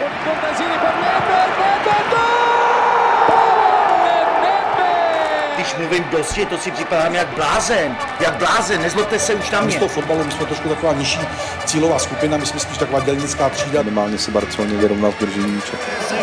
Když mluvím dosti, to si připadám jak blázen, nezlobte se už na mě. Z toho fotbalu my jsme trošku taková nižší cílová skupina, my jsme spíš taková dělnická třída. Minimálně se Barceloně vyrovnal v držení míče.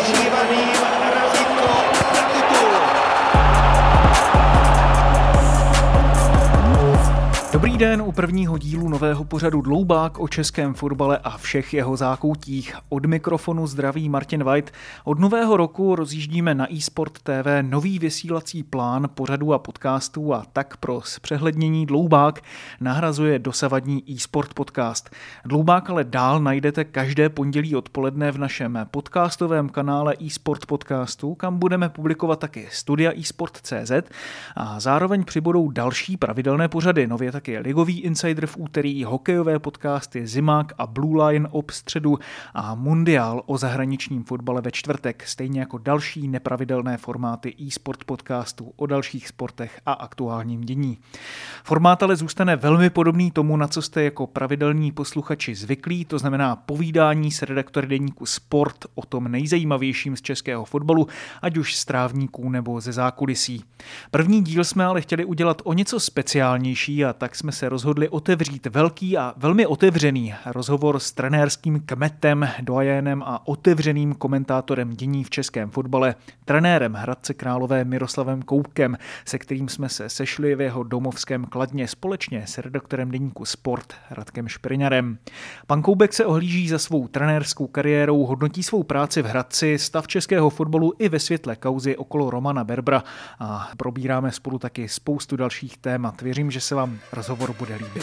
Dobrý den u prvního dílu nového pořadu Dloubák o českém fotbale a všech jeho zákoutích. Od mikrofonu zdraví Martin White. Od nového roku rozjíždíme na eSport TV nový vysílací plán pořadů a podcastů a tak pro zpřehlednění Dloubák nahrazuje dosavadní eSport podcast. Dloubák ale dál najdete každé pondělí odpoledne v našem podcastovém kanále eSport podcastu, kam budeme publikovat taky studia eSport.cz a zároveň přibudou další pravidelné pořady, nově taky Ligový insider v úterý, hokejové podcasty Zimák a Blue Line o středu a Mundial o zahraničním fotbale ve čtvrtek, stejně jako další nepravidelné formáty eSport podcastů o dalších sportech a aktuálním dění. Formát ale zůstane velmi podobný tomu, na co jste jako pravidelní posluchači zvyklí, to znamená povídání s redaktory deníku Sport o tom nejzajímavějším z českého fotbalu, ať už z trávníků nebo ze zákulisí. První díl jsme ale chtěli udělat o něco speciálnější a tak jsme se rozhodli otevřít velký a velmi otevřený rozhovor s trenérským kmetem, doajenem a otevřeným komentátorem dění v českém fotbale, trenérem Hradce Králové Miroslavem Koubkem, se kterým jsme se sešli v jeho domovském Kladně společně s redaktorem deníku Sport Radkem Špriňarem. Pan Koubek se ohlíží za svou trenérskou kariérou, hodnotí svou práci v Hradci, stav českého fotbalu i ve světle kauzy okolo Romana Berbra a probíráme spolu taky spoustu dalších témat. Věřím, že se vám rozhovor bude líbit.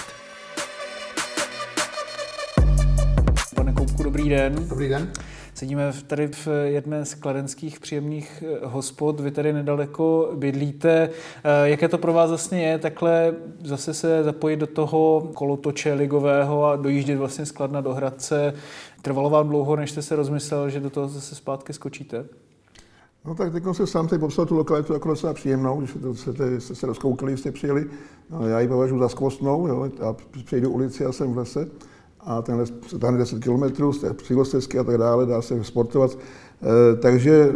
Pane Koubku, dobrý den. Dobrý den. Sedíme tady v jedné z kladenských příjemných hospod. Vy tady nedaleko bydlíte. Jaké to pro vás vlastně je takhle zase se zapojit do toho kolotoče ligového a dojíždět vlastně z Kladna do Hradce? Trvalo vám dlouho, než jste se rozmyslel, že do toho zase zpátky skočíte? No tak teď jsem sám tady popsal tu lokalitu jako docela příjemnou, když jste se rozkoukali, jste přijeli. No, já ji považuji za skvostnou, jo, a přejdu ulici a jsem v lese. A ten les se táhne 10 kilometrů, cyklostezky a tak dále, dá se sportovat. Takže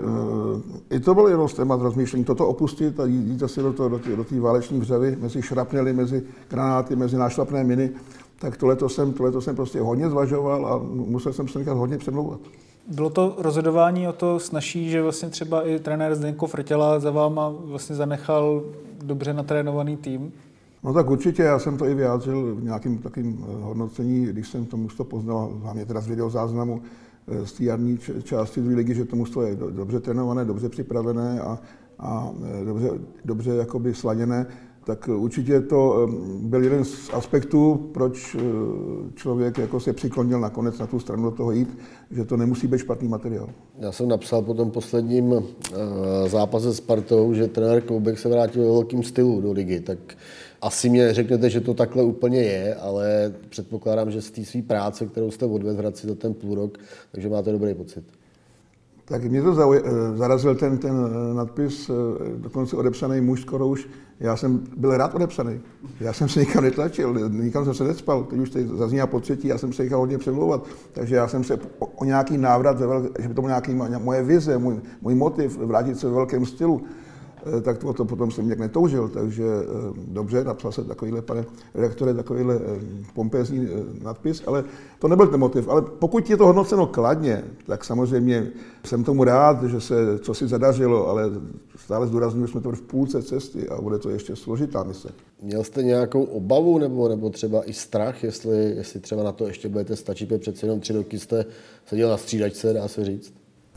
i to byl jenom témat rozmýšlení, toto opustit a jít asi do té váleční vřavy, mezi šrapnely, mezi granáty, mezi nášlapné miny. Tak tohleto jsem prostě hodně zvažoval a musel jsem se nechat hodně přemlouvat. Bylo to rozhodování o to snazší, že vlastně třeba i trenér Zdenko Frtěla za váma vlastně zanechal dobře natrénovaný tým? No tak určitě, já jsem to i vyjádřil v nějakým takovým hodnocení, když jsem to mužstvo poznal, hlavně teda z videozáznamu z té jarní části druhé ligy, že to mužstvo je dobře trénované, dobře připravené a dobře jakoby sladěné, tak určitě to byl jeden z aspektů, proč člověk jako se přiklonil nakonec na tu stranu do toho jít, že to nemusí být špatný materiál. Já jsem napsal po tom posledním zápase s Spartou, že trenér Koubek se vrátil ve velkém stylu do ligy, tak asi mě řeknete, že to takhle úplně je, ale předpokládám, že z té své práce, kterou jste odvedl v Hradci za ten půl rok, takže máte dobrý pocit. Tak mě to zarazil ten nadpis, dokonce odepsaný muž skoro už. Já jsem byl rád odepsaný. Já jsem se nikam netlačil, nikam jsem se necpal. Teď už tady zazněla po třetí, já jsem se nechal hodně přemlouvat. Takže já jsem se o nějaký návrat, že by to byl nějaký moje vize, můj motiv, vrátit se ve velkém stylu, tak to potom jsem nějak netoužil, takže dobře, napsal se takovýhle, pane redaktore, takovýhle pompézní nadpis, ale to nebyl ten motiv. Ale pokud je to hodnoceno kladně, tak samozřejmě jsem tomu rád, že se co si zadařilo, ale stále zdůrazňuji, že jsme to v půlce cesty a bude to ještě složitá mise. Měl jste nějakou obavu nebo třeba i strach, jestli třeba na to ještě budete stačit, protože přece jenom 3 roky jste seděl na střídačce, dá se říct?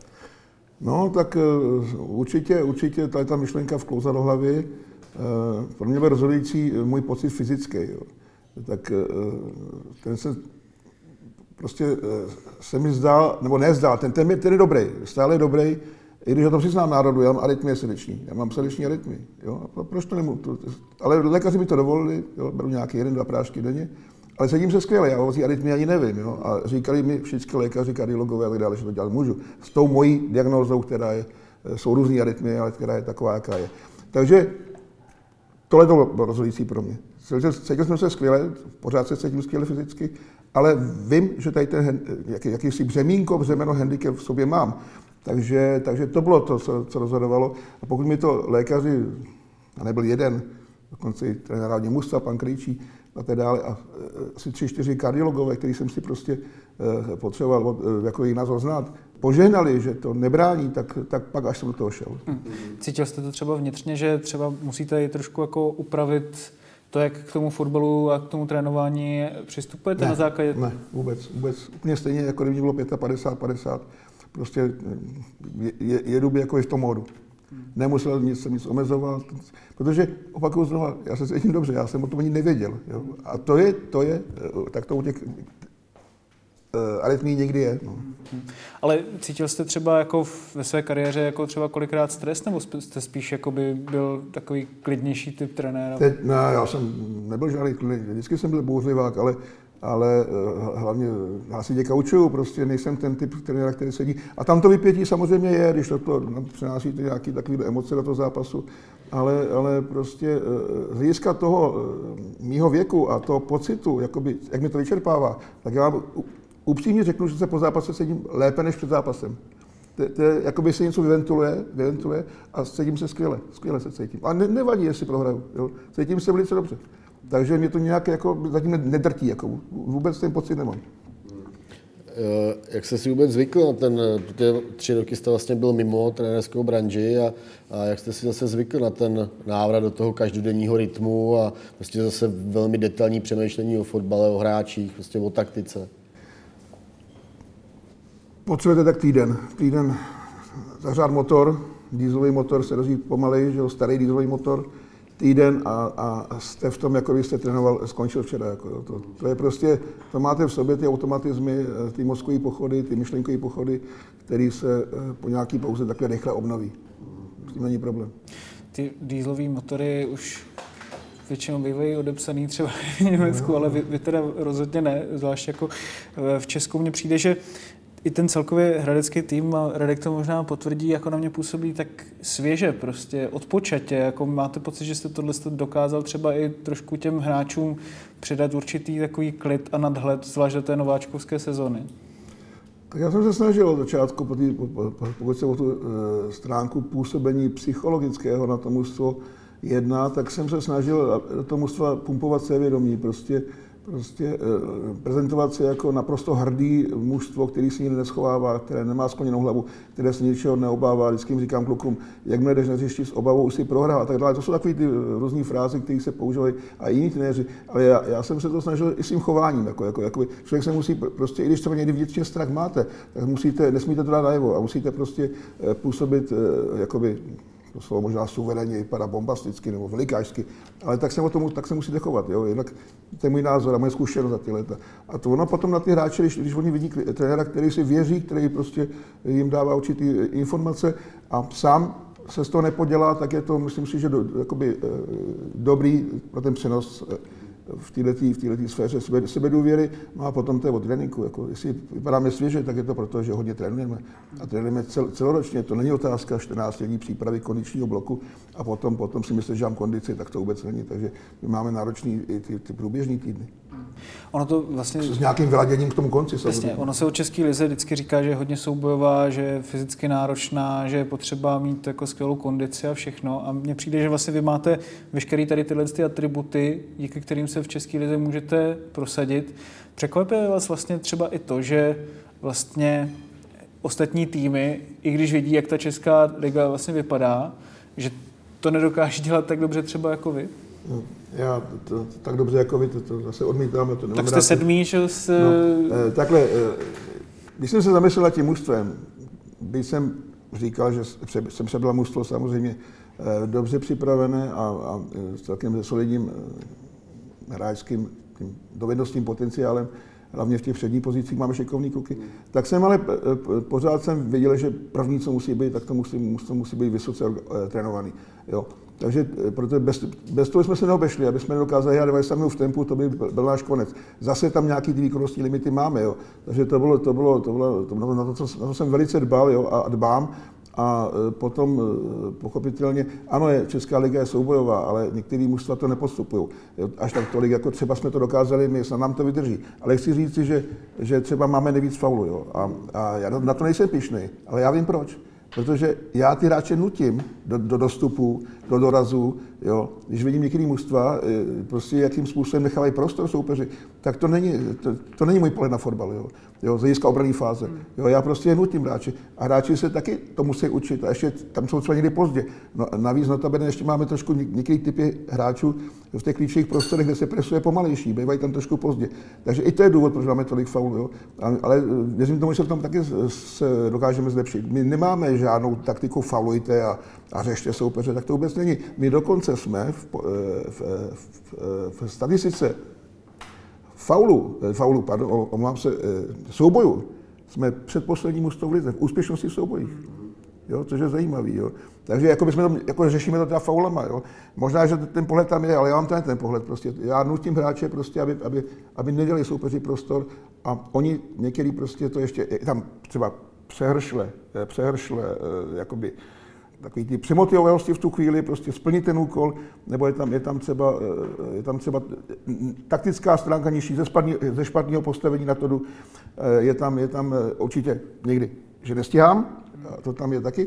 No, tak určitě tady ta myšlenka vklouzla do hlavy. Pro mě byl rozhodující můj pocit fyzický. Jo. Tak ten se prostě se mi zdál, nebo nezdál, ten je dobrý, stále je dobrý, i když já to přiznám národu, já mám arytmie srdeční, já mám srdeční arytmii. Jo. A proč to nemůžu? Ale lékaři mi to dovolili, jo, beru nějaké 1-2 prášky denně. Ale sedím se skvěle, já o té arytmii ani nevím. Jo? A říkali mi všichni lékaři, kardiologové a tak dále, že to dělat můžu. S tou mojí diagnózou, jsou různý arytmie, ale která je taková, jaká je. Takže tohle to bylo rozhodující pro mě. Cítil jsem se skvěle, pořád se cítím skvěle fyzicky ale vím, že tady ten jakýsi břemeno, handicap v sobě mám. Takže to bylo to, co rozhodovalo. A pokud mi to lékaři, a nebyl jeden, dokonce i trenér národního mužstva, pan Krejčí a tak dále, a asi 3-4 kardiologové, který jsem si prostě potřeboval jako jejich názor znát, požehnali, že to nebrání, tak pak až jsem do toho šel. Cítil jste to třeba vnitřně, že třeba musíte trošku jako upravit to, jak k tomu fotbalu a k tomu trénování přistupujete na základě? Ne, vůbec. Úplně stejně, jako kdyby bylo 55-50. Prostě jedu jako je v tom módu. Nemusel nic omezovat, protože opakuju znova, já se cítím dobře, já jsem o tom ani nevěděl. Jo? A to je, tak to u těch arytmí někdy je. No. Ale cítil jste třeba jako ve své kariéře jako třeba kolikrát stres, nebo jste spíš jako by byl takový klidnější typ trenéra? Ne, já jsem nebyl žádný klidný, vždycky jsem byl bouřlivák, ale hlavně já si kaučuju, prostě nejsem ten typ trenéra, který sedí. A tam to vypětí samozřejmě je, když to přinášíte nějaké takové emoce do toho zápasu, ale prostě z hlediska toho mýho věku a toho pocitu, jakoby, jak mi to vyčerpává, tak já vám upřímně řeknu, že se po zápase sedím lépe než před zápasem. To je, jakoby se něco vyventuluje a sedím se skvěle se cítím. A nevadí, jestli prohraju, jo. Cítím se velice dobře. Takže mě to nějak jako zatím nedrtí, jako vůbec ten pocit nemám. Jak jste si vůbec zvykl na protože 3 roky jste vlastně byl mimo trenérskou branži a jak jste si zase zvykl na ten návrat do toho každodenního rytmu a prostě zase velmi detailní přemýšlení o fotbale, o hráčích, prostě o taktice? Potřebujete tak týden zahřát motor, dieselový motor se rozjíždí pomalej, že jo, starý dieselový motor, týden a jste v tom, jako byste trénoval, skončil včera. Jako to je prostě, to máte v sobě ty automatizmy, ty mozkové pochody, ty myšlenkové pochody, které se po nějaký pauze takhle rychle obnoví. S tím není problém. Ty dieselové motory už většinou bývají odepsaný třeba v Německu, ale vy teda rozhodně ne, zvlášť jako v Česku mně přijde, že i ten celkově hradecký tým, a Radek to možná potvrdí, jako na mě působí tak svěže, prostě odpočatě. Jako máte pocit, že jste tohle dokázal třeba i trošku těm hráčům předat určitý takový klid a nadhled, zvlášť do té nováčkovské sezony? Tak já jsem se snažil od začátku, pokud se o tu stránku působení psychologického na to mužstvo jedná, tak jsem se snažil do toho mužstva pumpovat sebevědomí, prostě prezentovat se jako naprosto hrdý mužstvo, který si nikdy neschovává, které nemá skloněnou hlavu, které se ničeho neobává. Vždycky jim říkám klukům, jakmile jdeš na hřišti s obavou, už si prohrál a tak dále. To jsou takové ty různé fráze, které se používají a jiní trenéři. Ale já jsem se to snažil i svým chováním. Jako člověk se musí prostě, i když třeba někdy vnitřně strach máte, tak nesmíte to dát najevo a musíte prostě působit jakoby, to slovo možná suverénně vypadá bombasticky nebo velikářsky, ale tak se musíte chovat, jo? Jinak to je můj názor a moje zkušenost za ty leta. A to ono potom na ty hráče, když oni vidí trenéra, který si věří, který prostě jim dává určitý informace a sám se z toho nepodělá, tak je to, myslím si, že dobrý pro ten přenos v této sféře sebedůvěry, no a potom to je o tréninku. Jako, jestli vypadáme svěže, tak je to proto, že hodně trénujeme. A trénujeme celoročně, to není otázka 14 dní přípravy kondičního bloku a potom si myslíš, že mám kondici, tak to vůbec není. Takže my máme náročný i ty průběžný týdny. Ono to vlastně... S nějakým vyladěním k tomu konci. Jasně, ono se o české lize vždycky říká, že je hodně soubojová, že je fyzicky náročná, že je potřeba mít jako skvělou kondici a všechno. A mně přijde, že vlastně vy máte veškeré tady tyhle atributy, díky kterým se v české lize můžete prosadit. Překvapuje vás vlastně třeba i to, že vlastně ostatní týmy, i když vidí, jak ta česká liga vlastně vypadá, že to nedokáže dělat tak dobře třeba jako vy? Já to tak dobře jako vy, to zase odmítám. To tak jste sedmý, že jste... Takhle, když jsem se zamyslel nad tím mužstvem, když jsem říkal, že jsem předal mužstvo samozřejmě dobře připravené a s celkem solidním hráčským dovednostním potenciálem, hlavně v těch předních pozicích máme šikovný kluky, tak jsem ale pořád jsem věděl, že první, co musí být, tak to musí být vysoce trénovaný. Jo. Takže protože bez toho jsme se neobešli, aby jsme nedokázali hrát 90 minut v tempu, to by byl náš konec. Zase tam nějaký ty výkonnostní limity máme, jo. Takže to bylo na to jsem velice dbal, jo, a dbám. A potom pochopitelně, ano, Česká liga je soubojová, ale některý mužstva to nepostupují. Až tak tolik, jako třeba jsme to dokázali, my snad nám to vydrží. Ale chci říct si, že třeba máme nejvíc faulu, jo. A já na to nejsem pyšnej, ale já vím proč. Protože já ty hráče nutím do dostupu, do dorazu, jo. Když vidím některý mužstva, prostě jakým způsobem nechávají prostor soupeři, tak to není můj pohled na fotbal, jo, z hlediska obranné fáze. Jo, já prostě je nutím hráči. A hráči se taky to musí učit a ještě tam jsou třeba někdy pozdě. No, navíc notabene ještě máme trošku některé typy hráčů v těch klíčových prostorech, kde se presuje pomalejší, bývají tam trošku pozdě. Takže i to je důvod, proč máme tolik faulů, jo. Ale věřím tomu, že v tom taky se dokážeme zlepšit. My nemáme žádnou taktiku faulujte a řešte soupeře, tak to vůbec není. My dokonce jsme v statistice soubojů, jsme předposlední mužstvo v lize, v úspěšnosti v soubojích, jo, což je zajímavý, jo. Takže jako my jsme to, jako řešíme to teda faulama, jo. Možná, že ten pohled tam je, ale já mám ten pohled prostě. Já nutím hráče prostě, aby nedělali soupeři prostor a oni některý prostě to ještě, je tam třeba přehršle, jakoby takový ty přemotivovanosti v tu chvíli, prostě splnit ten úkol, nebo je tam třeba taktická stránka nižší ze špatného postavení na to, je tam určitě někdy, že nestíhám, to tam je taky,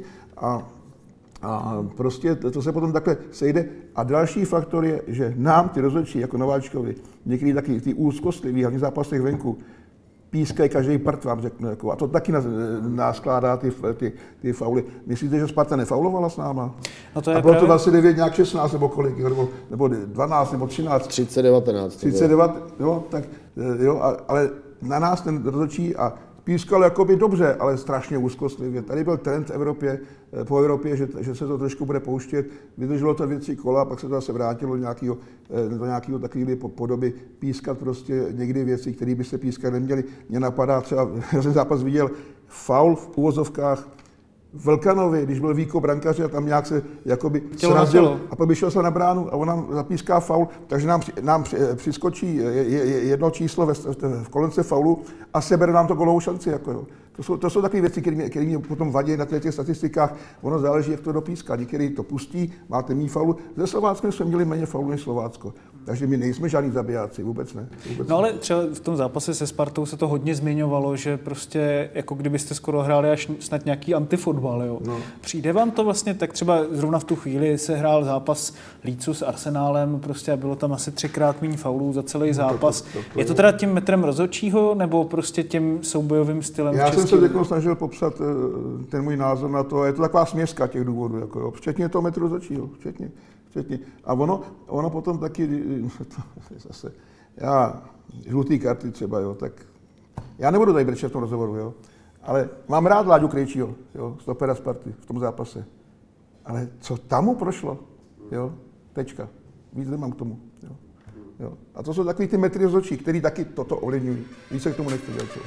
a prostě to se potom takhle sejde. A další faktor je, že nám, ty rozhodčí, jako nováčkovi, někdy taky ty úzkostliví, hlavně v zápasech venku, pískají každý part, vám řeknu, jako, a to taky nás skládá ty fauly. Myslíte, že Sparta nefaulovala s náma? No to je a bylo to 29, nějak 16 nebo kolik, nebo 12 nebo 13? 30-19. Jo, tak jo, ale na nás ten rozhodčí a pískal jakoby dobře, ale strašně úzkostlivě. Tady byl trend po Evropě, že se to trošku bude pouštět. Vydrželo to 2-3 kola, pak se to zase vrátilo do nějakého takové podoby pískat prostě někdy věci, které by se pískat neměly. Mě napadá třeba, já jsem zápas viděl, faul v uvozovkách Vlkanovi, když byl Víko brankaři a tam nějak se jakoby srazil a pak by šel se na bránu a on nám zapíská faul, takže nám přiskočí jedno číslo v kolonce faulu a sebere nám to golovou šanci. Jako, jo. To jsou takové věci, které mě potom vadí na těch statistikách. Ono záleží, jak to dopíská. Některý to pustí, máte méně faulu. Ze Slováckem jsme měli méně faulu než Slovácko. Takže my nejsme žádní zabijáci, vůbec ne. No ale třeba v tom zápase se Spartou se to hodně zmiňovalo, že prostě jako kdybyste skoro hráli až snad nějaký antifotbal, jo. No. Přijde vám to vlastně, tak třeba zrovna v tu chvíli se hrál zápas Lícu s Arsenálem, prostě a bylo tam asi 3krát méně faulů za celý zápas. Je to teda tím metrem rozhodčího, nebo prostě tím soubojovým stylem? Já jsem se teď snažil popsat ten můj názor na to, je to taková směska těch důvodů, jako jo. Včetně toho metru rozhodčího, včetně. A ono potom taky, zase, žlutý karty třeba, jo, tak já nebudu tady brečet v tom rozhovoru, jo, ale mám rád Láďu Krejčího, jo, stopera Sparty v tom zápase, ale co tam mu prošlo, jo, tečka, víc nemám k tomu, jo. A to jsou takový ty metry rozhodčí, který taky toto ovlivňují, víc se k tomu nechci dělat.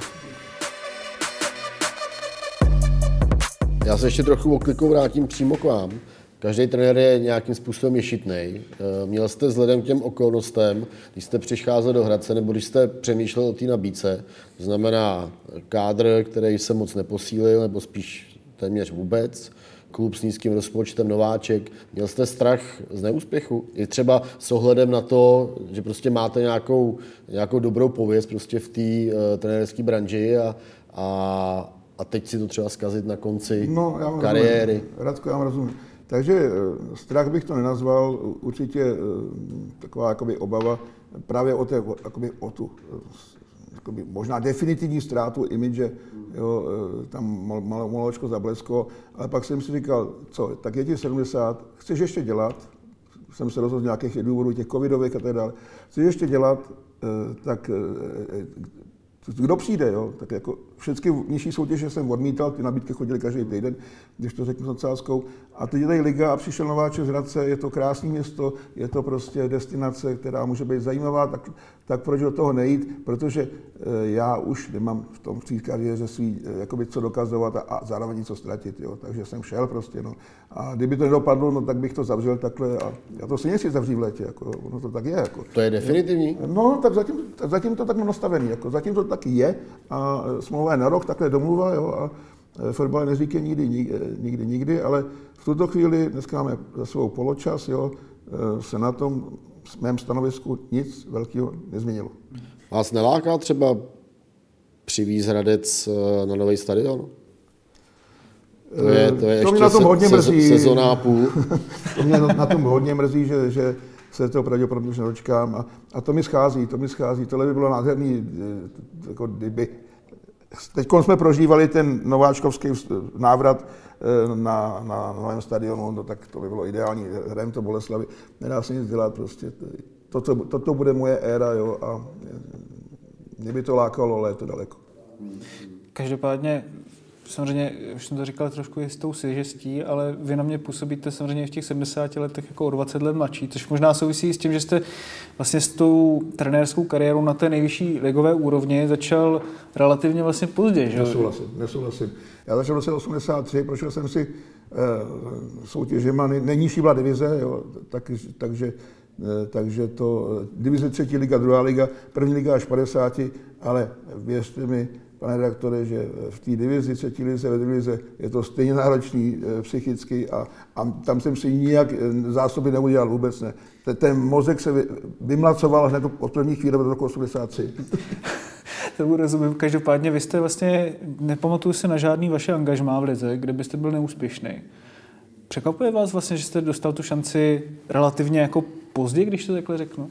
Já se ještě trochu oklikou vrátím přímo k vám. Každý trenér je nějakým způsobem ješitnej. Měl jste vzhledem k těm okolnostem, když jste přišel do Hradce, nebo když jste přemýšlel o té nabídce, to znamená kádr, který se moc neposílil, nebo spíš téměř vůbec, klub s nízkým rozpočtem, nováček. Měl jste strach z neúspěchu? I třeba s ohledem na to, že prostě máte nějakou dobrou pověst prostě v té trenérské branži a teď si to třeba zkazit na konci kariéry. Radko, já vám rozumím. Takže strach bych to nenazval, určitě taková jakoby obava právě o tu možná definitivní ztrátu imidže, jo, tam maločko zablesko, ale pak jsem si říkal, co, tak je ti 70, chceš ještě dělat, jsem se rozhodl z nějakých důvodů, těch covidových a tak dále, chceš ještě dělat, tak kdo přijde, jo? Tak jako všechny nižší soutěže jsem odmítal, ty nabídky chodily každý týden, když to řeknu s nadsázkou. A teď je tady liga a přišel nováček z Hradce, je to krásné město, je to prostě destinace, která může být zajímavá, tak proč do toho nejít, protože já už nemám v tom kariéře svý jakoby co dokazovat a zároveň něco ztratit, jo? Takže jsem šel prostě, no. A kdyby to nedopadlo, no tak bych to zavřel takhle a já to si nechci zavřít v létě, jako, ono to tak je. Jako. To je definitivní? No, tak zatím to tak mám nastavený, jako, zatím to taky je a smlouva je na rok, takhle domluva, jo, Fotbal nezvyklý nikdy, ale v tuto chvíli, dneska máme za svou poločas, jo, se na tom mém stanovisku nic velkého nezměnilo. Vás neláká třeba přivízt Hradec na nový stadion? To je to ještě na tom hodně mrzí. Sezóna a půl. To mě na tom hodně mrzí, že se toho pravděpodobně už nedočkám. A to mi schází. Tohle by bylo nádherný, jako kdyby. Teď jsme prožívali ten nováčkovský návrat na novém stadionu, no, tak to by bylo ideální. Hrajeme to Boleslavi, nedá se nic dělat prostě. Toto bude moje éra, jo, a mě by to lákalo, ale je to daleko. Každopádně, samozřejmě, už jsem to říkal trošku i s tou svěžestí, ale vy na mě působíte samozřejmě v těch 70 letech jako o 20 let mladší, což možná souvisí s tím, že jste vlastně s tou trenérskou kariérou na té nejvyšší ligové úrovni začal relativně vlastně pozdě, že? Nesouhlasím. Já začal v roce 83, prošel jsem si soutěžema, nejnižší byla divize, jo, takže to divize 3. liga, 2. liga, 1. liga až 50, ale věřte mi, pane redaktore, že v té divizi, 3. lize, ve divize je to stejně náročný psychicky a tam jsem si nijak zásoby neudělal, vůbec ne. Ten mozek se vymlacoval hned od první chvíle do roku 83. To rozumím. Každopádně vy jste vlastně, nepamatuju se na žádný vaše angažmá v lize, kde byste byl neúspěšný. Překvapuje vás vlastně, že jste dostal tu šanci relativně jako pozdě, když to takhle řeknu?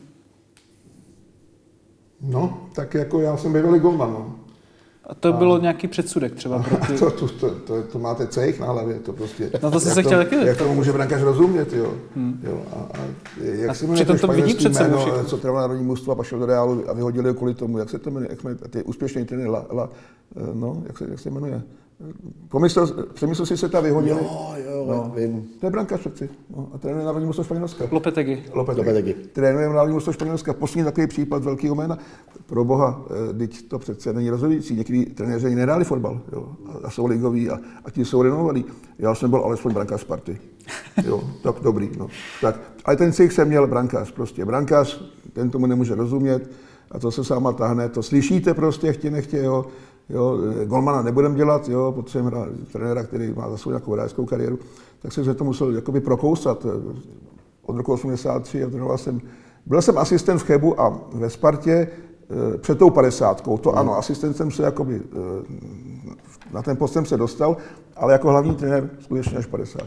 No, tak jako já jsem bývalý golman, no. A to bylo nějaký předsudek třeba pro ty... To máte cejch na hlavě, to prostě... No to jsem se chtěl taky... Jak tomu může brankář rozumět, jo. Jo a jak se jmenuje to španělský jméno, co trénoval národní mužstvo a pak šel do Reálu a vyhodili ho kvůli tomu, jak se to jmenuje, ty úspěšný trenér, no, jak se jmenuje? Přemyslel si se ta vyhodili. Jo, vím. To je brankář přeci. No, a trénuje národní mužstvo Španělska. Lopetegui. Trénuje národní mužstvo Španělska. Poslední takový případ velkého jména. Pro boha, teď to přece není rozhodující. Někteří trenéři nehráli fotbal, jo, a jsou ligoví a ti jsou renovovaní. Já jsem byl alespoň brankář Sparty. Jo, tak dobrý. No. Tak, ale ten cích jsem měl brankář. Prostě brankář, ten tomu nemůže rozumět a to se sama tahne. To slyšíte prostě, chtě nechtě, jo. Jo, golmana nebudem dělat, jo, potřebujeme trenéra, který má za svou nějakou hráčskou kariéru, tak jsem se to musel jakoby prokousat. Od roku 83 a byl jsem asistent v Chebu a ve Spartě před tou 50. To ano, asistent jsem se jakoby, na ten post jsem se dostal, ale jako hlavní trenér skutečně až 50.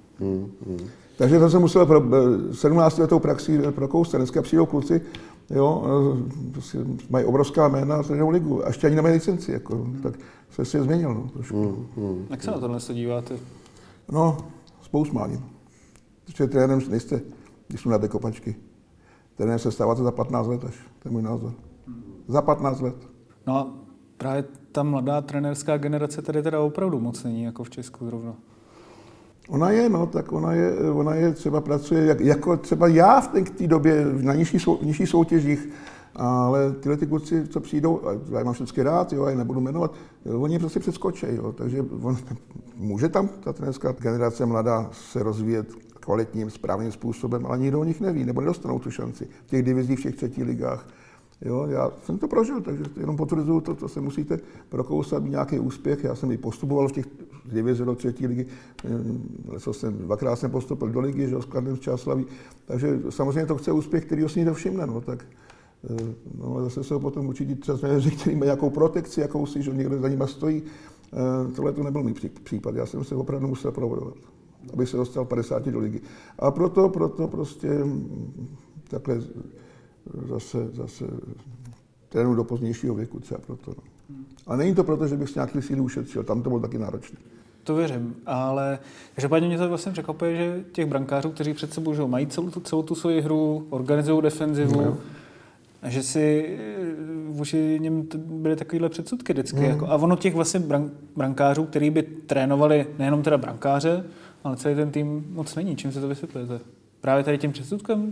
Takže to jsem musel 17letou praxi prokousat. Dneska přijdou kluci, jo, mají obrovská jména a trénují ligu. A ještě ani nemají licenci, jako, tak se si je změnil, no, trošku. Jak se na tohle se díváte? No, s pousmáním. Protože trenérem nejste, když jsou na té kopačky. Trenérem se stáváte za 15 let až, to je můj názor. Za 15 let. No a právě ta mladá trenérská generace tady teda opravdu moc není, jako v Česku zrovna. Ona je, no, tak ona je třeba pracuje, jako třeba já v té době na nižších soutěžích, ale tyhle ty kluci, co přijdou, já mám vždycky rád, jo, já je nebudu jmenovat, oni je prostě přeskočí, jo, takže může tam ta trenérská generace mladá se rozvíjet kvalitním, správným způsobem, ale nikdo o nich neví, nebo nedostanou tu šanci v těch divizích, v těch 3. ligách. Jo, já jsem to prožil, takže jenom potvrzuju to, co se musíte prokousat, mít nějaký úspěch. Já jsem i postupoval v těch divizi do 3. ligy, dvakrát jsem postoupil do ligy, že, s Kladnem z Čáslaví, takže samozřejmě to chce úspěch, který si někdo všimne, no, tak no, zase jsou potom určitě třeba trenéři, kteří mají nějakou protekci, jakousi, že někdo za nima stojí. Tohle to nebyl můj případ, já jsem se opravdu musel provodovat, abych se dostal 50 do ligy. A proto prostě takhle zase trénu do pozdějšího věku, třeba proto. No. A není to proto, že bych si nějaký síly ušetřil, tam to bylo taky náročné. To věřím, ale každopádně mě to vlastně překvapuje, že těch brankářů, kteří před sebou že mají celou tu svoji hru, organizují defenzivu, a že si vůči něm byly takovýhle předsudky vždycky. Jako, a ono těch vlastně brankářů, který by trénovali nejenom teda brankáře, ale celý ten tým moc není. Čím se to vysvětlujete? Právě tady tím předsudkem?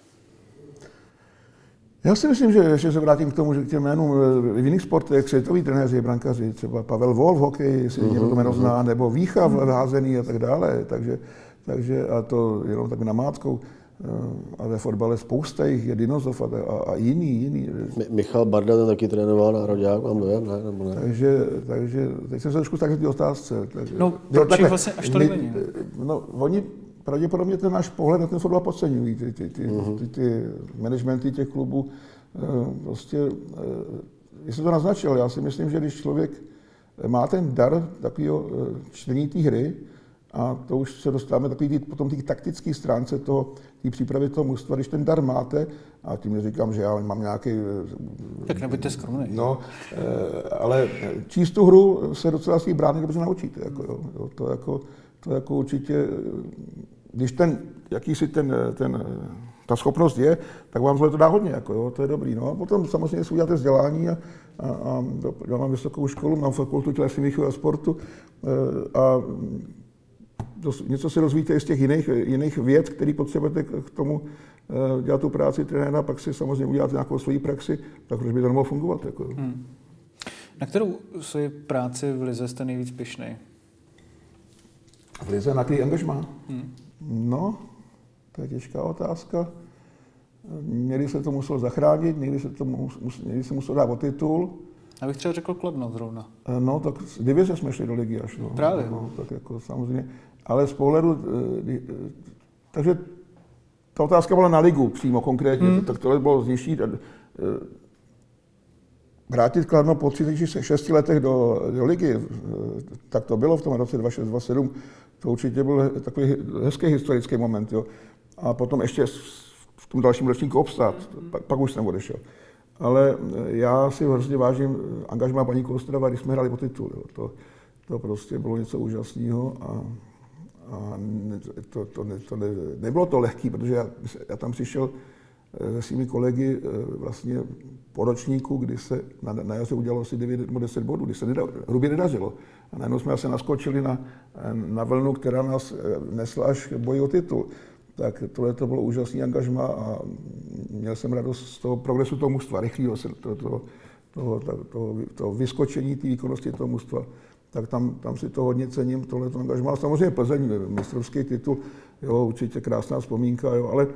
Já si myslím, že se vrátím k tomu, že k těm jménům v jiných sportech, světoví trenéři, brankaři, třeba Pavel Vol v hokeji, jestli někdo to jméno zná, nebo Vícha v házený a tak dále, takže a to jenom tak namátkou. a ve fotbale spousta jich je, Dinozov a jiný. Michal Barda ten taky trénoval nároďák, mám dojem, ne? Nebo ne? Takže teď jsem se trošku tak v té otázce. No, proč jich vlastně až tolik není? No, oni pravděpodobně ten náš pohled na ten fotbal podceňují, ty managementy těch klubů. Prostě, jsem to naznačil, já si myslím, že když člověk má ten dar takového čtení té hry, a to už se dostáváme potom té taktické stránce té přípravy toho mužstva, když ten dar máte, a tím neříkám, že já mám nějaký... Tak nebuďte skromný. No, ale číst tu hru se docela z té brány dobře naučíte. To jako určitě, když ta schopnost je, tak vám to dá hodně, to je dobrý. No. A potom samozřejmě si uděláte vzdělání a já mám vysokou školu, mám fakultu tělesné výchovy a sportu a něco si rozvíjíte i z těch jiných věd, které potřebujete k tomu dělat tu práci trenéra, pak si samozřejmě uděláte nějakou svoji praxi, tak už by to nemohlo fungovat. Na kterou svoji práci v lize jste nejvíc pyšnej? V lize na který angažmá? No, to je těžká otázka. Někdy se to muselo zachránit, někdy se muselo dát o titul. Já bych třeba řekl Kladno zrovna. No, tak z divize jsme šli do ligy až. No. Právě. No, tak jako samozřejmě. Ale z pohledu, takže ta otázka byla na ligu přímo konkrétně, tak tohle bylo znižší. Vrátit Kladno po 36 letech do ligy, tak to bylo v tom roce 2006-2007, to určitě byl takový hezký historický moment. Jo. A potom ještě v tom dalším ročníku obstát, pak už jsem odešel. Ale já si hrozně vážím angažmá paní Kostrova, když jsme hráli o titul. Jo. To prostě bylo něco úžasného a to nebylo to lehké, protože já tam přišel se svými kolegy vlastně po ročníku, kdy se na jaře udělalo asi 9 nebo 10 bodů, kdy se hrubě nedařilo. A najednou jsme se naskočili na vlnu, která nás nesla až k boji o titul. Tak tohle to bylo úžasný angažmá a měl jsem radost z toho progresu toho mužstva, rychlého toho vyskočení té výkonnosti toho mužstva. Tak tam si to hodně cením, tohleto angažmá. Samozřejmě Plzeň, mistrovský titul, jo, určitě krásná vzpomínka, jo, ale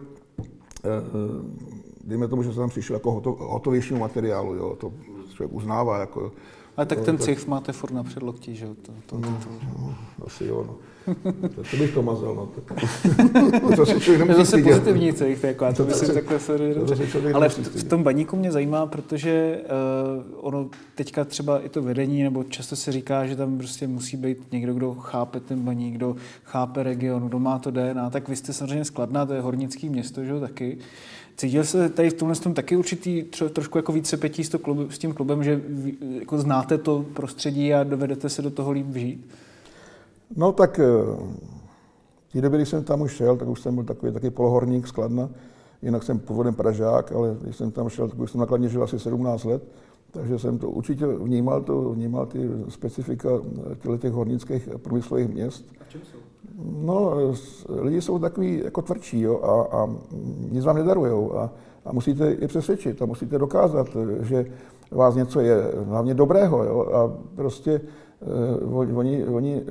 dejme tomu, že jsem tam přišel jako hotovějšímu materiálu, jo, to člověk uznává. Jako, ale tak ten cich máte furt na předloktí, že jo? Asi jo, no. To bych to mazal, no. Tak. To je zase pozitivní cich, jako, já to myslím takhle ale v tom Baníku mě zajímá, protože ono teďka třeba i to vedení, nebo často se říká, že tam prostě musí být někdo, kdo chápe ten Baník, kdo chápe region, kdo má to DNA, tak vy jste samozřejmě z Kladna, to je hornický město, že jo, taky. Cítil se tady v tomhle taky určitý trošku jako víc sepětí s tím klubem, že jako znáte to prostředí a dovedete se do toho líp vžít? No tak v té době, když jsem tam už šel, tak už jsem byl takový polohorník z Kladna. Jinak jsem původem Pražák, ale když jsem tam šel, tak už jsem na Kladně žil asi 17 let. Takže jsem to určitě vnímal ty specifika těch hornických průmyslových měst. A čím jsou? No, lidi jsou takový jako tvrdší, jo, a nic vám nedarujou a musíte je přesvědčit a musíte dokázat, že vás něco je hlavně dobrého, jo, a prostě oni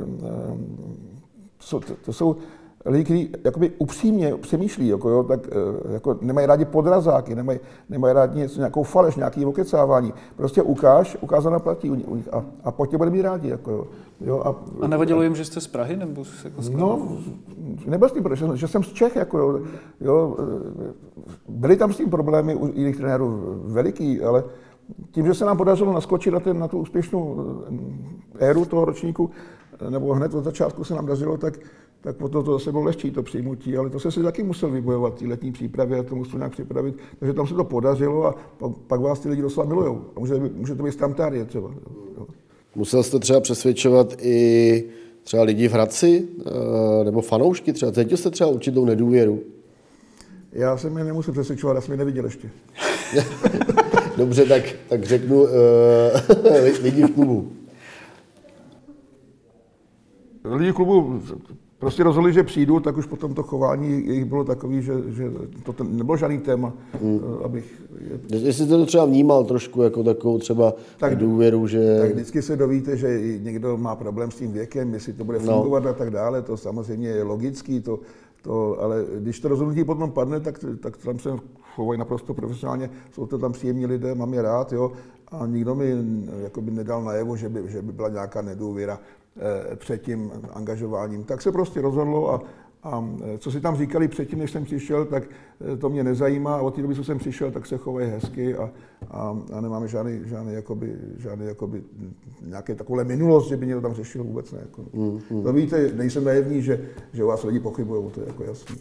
to jsou lidi, kteří jakoby upřímně přemýšlí, tak jako nemají rádi podrazáky, nemají rádi nějakou faleš, nějaký okecávání. Prostě ukázaná platí u nich a pojďte bude mít rádi. Jo, a nevadilo jim, že jste z Prahy? Nebo jako no, nebyl s tím, že jsem z Čech. Jo, byly tam s tím problémy u jiných trenérů veliký, ale tím, že se nám podařilo naskočit na tu úspěšnou éru toho ročníku, nebo hned od začátku se nám dařilo, tak potom to zase bylo lehčí, to přijmutí, ale to se si taky musel vybojovat, ty letní přípravy a to musel nějak připravit. Takže tam se to podařilo a pak vás ty lidi doslova milujou. A může to být stramtárie třeba. Jo. Musel jste třeba přesvědčovat i třeba lidi v Hradci, nebo fanoušky třeba? Cítil jste třeba určitou nedůvěru? Já jsem je nemusel přesvědčovat, já jsem je neviděl ještě. Dobře, tak řeknu lidi v klubu. Lidi v klubu prostě rozhodli, že přijdu, tak už potom to chování jejich bylo takový, že to nebylo žádný téma, abych... Jestli jste to třeba vnímal trošku jako takovou třeba tak, důvěru, že... Tak vždycky se dovíte, že někdo má problém s tím věkem, jestli to bude fungovat a tak dále, to samozřejmě je logický, Ale když to rozhodnutí potom padne, tak tam se chovají naprosto profesionálně, jsou to tam příjemní lidé, mám je rád, jo, a nikdo mi jakoby nedal najevo, že by byla nějaká nedůvěra před tím angažováním. Tak se prostě rozhodlo a co si tam říkali předtím, než jsem přišel, tak to mě nezajímá. A od té doby, co jsem přišel, tak se chovají hezky a nemáme žádný nějaké takové minulost, že by někdo tam řešil vůbec ne. Jako. To víte, nejsem naivní, že o vás lidi pochybujou, to je jako jasný.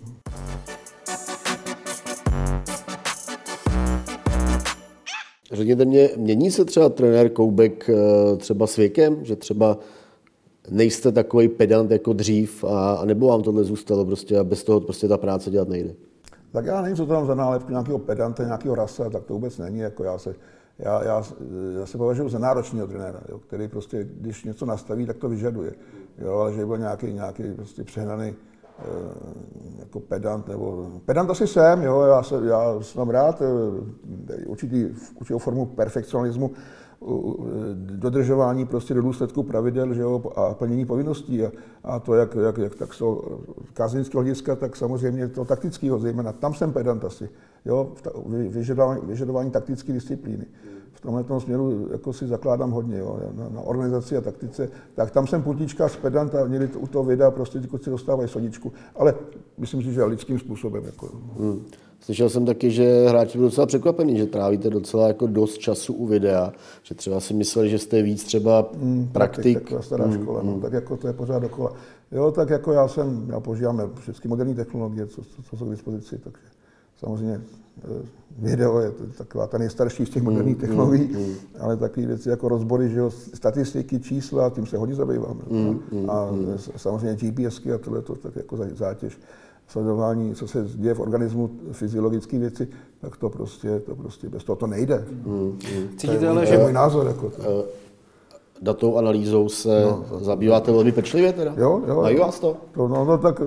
Řekněte mě, mění se třeba trenér Koubek třeba s věkem, že třeba nejste takový pedant jako dřív a nebo vám tohle zůstalo prostě a bez toho prostě ta práce dělat nejde? Tak já nevím, co to tam za nálepku nějakého pedanta, nějakého rasa, tak to vůbec není. Jako já se považuji za náročného trenéra, jo, který prostě, když něco nastaví, tak to vyžaduje. Jo, ale že byl nějaký prostě přehnaný jako pedant, nebo pedant asi jsem, jo, já mám rád určitou formu perfekcionalismu, dodržování prostě do důsledku pravidel, že jo, a plnění povinností a to jak tak z kázeňského hlediska, tak samozřejmě to taktického, zejména tam jsem pedant asi, jo, vyžadování taktické disciplíny. V tomhle směru jako si zakládám hodně, jo, na organizaci a taktice, tak tam jsem puntíčka z pedant a někdy u toho videa prostě ty kluci dostávají sodičku, ale myslím si, že lidským způsobem. Jako. Slyšel jsem taky, že hráči byli docela překvapení, že trávíte docela jako dost času u videa, že třeba si mysleli, že jste víc třeba praktik. Taková stará škola, no, tak jako to je pořád dokola. Jo, tak jako já používám všechny moderní technologie, co jsou k dispozici, takže samozřejmě video je taková ta nejstarší z těch moderních technologií, ale takové věci jako rozbory, že jo, statistiky, čísla, tím se hodně zabývám. A samozřejmě GPSky a tohle to tak jako zátěž. Sledování, co se děje v organismu, fyziologické věci, tak to prostě bez toho to nejde. Cítíte, ale že můj názor. Jako datovou analýzou se zabýváte velmi pečlivě teda? Jo. Mají vás to? No tak,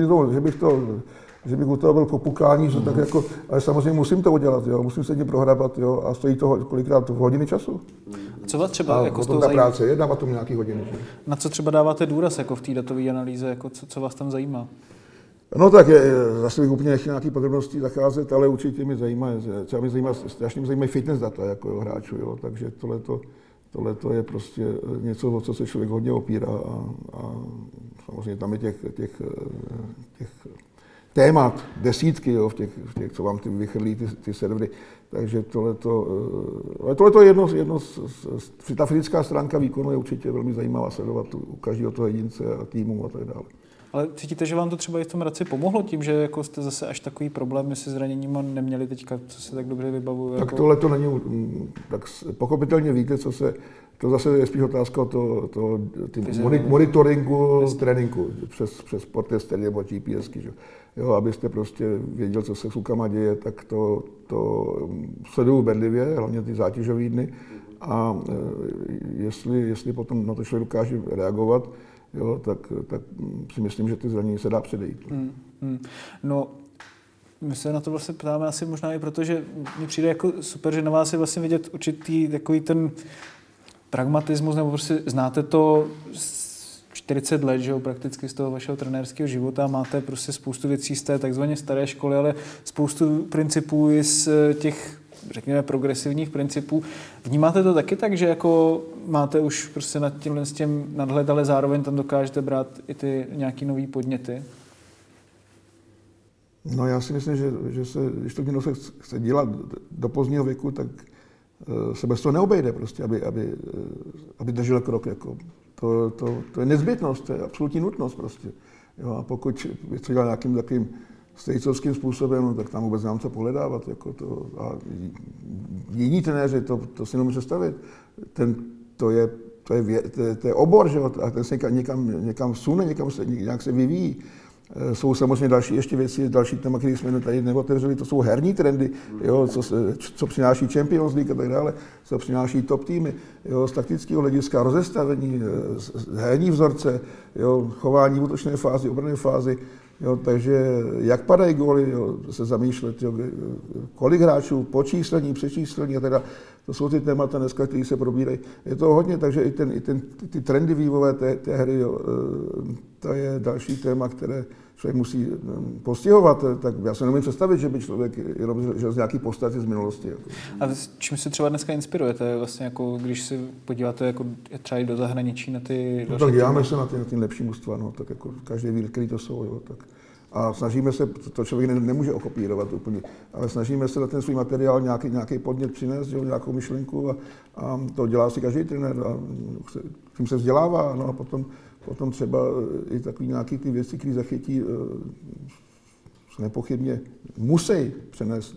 že bych u toho byl popukání, že tak jako, ale samozřejmě musím to udělat, jo, musím se tím prohrabat, jo, a stojí to kolikrát hodiny času. Co vás třeba jako z toho práce je, dává tomu nějaký hodiny. Že? Na co třeba dáváte důraz jako v té datové analýze, jako co vás tam zajímá? No tak zase bych úplně nechtěl nějaký podrobnosti zacházet, ale určitě mě zajímá, strašně mě zajímají fitness data jako hráčů, jo, takže tohleto je prostě něco, o co se člověk hodně opírá a samozřejmě tam je těch témat desítky, jo, v těch, co vám vychrlí ty servery, takže tohleto je jedno ta fyzická stránka výkonu je určitě velmi zajímavá sledovat u každého toho jedince a týmu a tak dále. Ale cítíte, že vám to třeba i v tom Hradci pomohlo tím, že jako jste zase až takový problémy se zraněníma neměli teďka, co se tak dobře vybavuje? Tak tohle to není, tak pochopitelně víte, to zase je spíš otázka monitoringu tréninku přes sportestery nebo GPSky, že? Jo, abyste prostě věděl, co se s klukama děje, tak to sleduju bedlivě, hlavně ty zátěžové dny a jestli potom na to člověk dokáže reagovat, jo, tak si myslím, že ty zranění se dá předejít. No, my se na to vlastně ptáme asi možná i proto, že mi přijde jako super, že na vás je vlastně vidět určitý takový ten pragmatismus, nebo prostě znáte to 40 let, že jo, prakticky z toho vašeho trenérského života, máte prostě spoustu věcí z té takzvaně staré školy, ale spoustu principů i z těch, řekněme, progresivních principů. Vnímáte to taky tak, že jako máte už prostě nad tímhle s tím nadhled, ale zároveň tam dokážete brát i ty nějaký nový podněty? No já si myslím, že když to někdo se chce dělat do pozdního věku, tak se bez toho neobejde prostě, aby držel krok. Jako. To je nezbytnost, to je absolutní nutnost prostě. Jo, a pokud to dělá nějakým takovým strejcovským způsobem, no, tak tam vůbec nám co pohledávat. Jako to, a jiní trenéři to si nemůže představit. To je obor, že jo, a ten se někam sune, nějak se vyvíjí. Jsou samozřejmě další ještě věci, další téma, které jsme tady neotevřeli, to jsou herní trendy, jo, co přináší Champions League a tak dále, co přináší top týmy, jo, z taktického hlediska rozestavení, herní vzorce, jo, chování v útočné fázi, obranné fázi, jo, takže jak padají góly, jo, se zamýšlet, jo, kolik hráčů, počíslení, přečíslení a teda To jsou ty témata dneska, které se probírají. Je to hodně, takže i ty trendy vývojové té hry, jo, to je další téma, které člověk musí postihovat. Tak já se nemůžu představit, že by člověk jenom žil z nějaký postavy z minulosti. Jako. A čím se třeba dneska inspirujete? Vlastně jako, když se podíváte jako třeba i do zahraničí na ty... No, tak děláme se na ty lepší mužstva, no, tak jako každý ví, který to jsou. Jo, tak. A snažíme se, to člověk nemůže okopírovat úplně, ale snažíme se na ten svůj materiál nějaký podnět přinést, jo, nějakou myšlenku a to dělá si každý trenér a tím se vzdělává, no a potom třeba i takový nějaký ty věci, které zachytí, se nepochybně musí přenést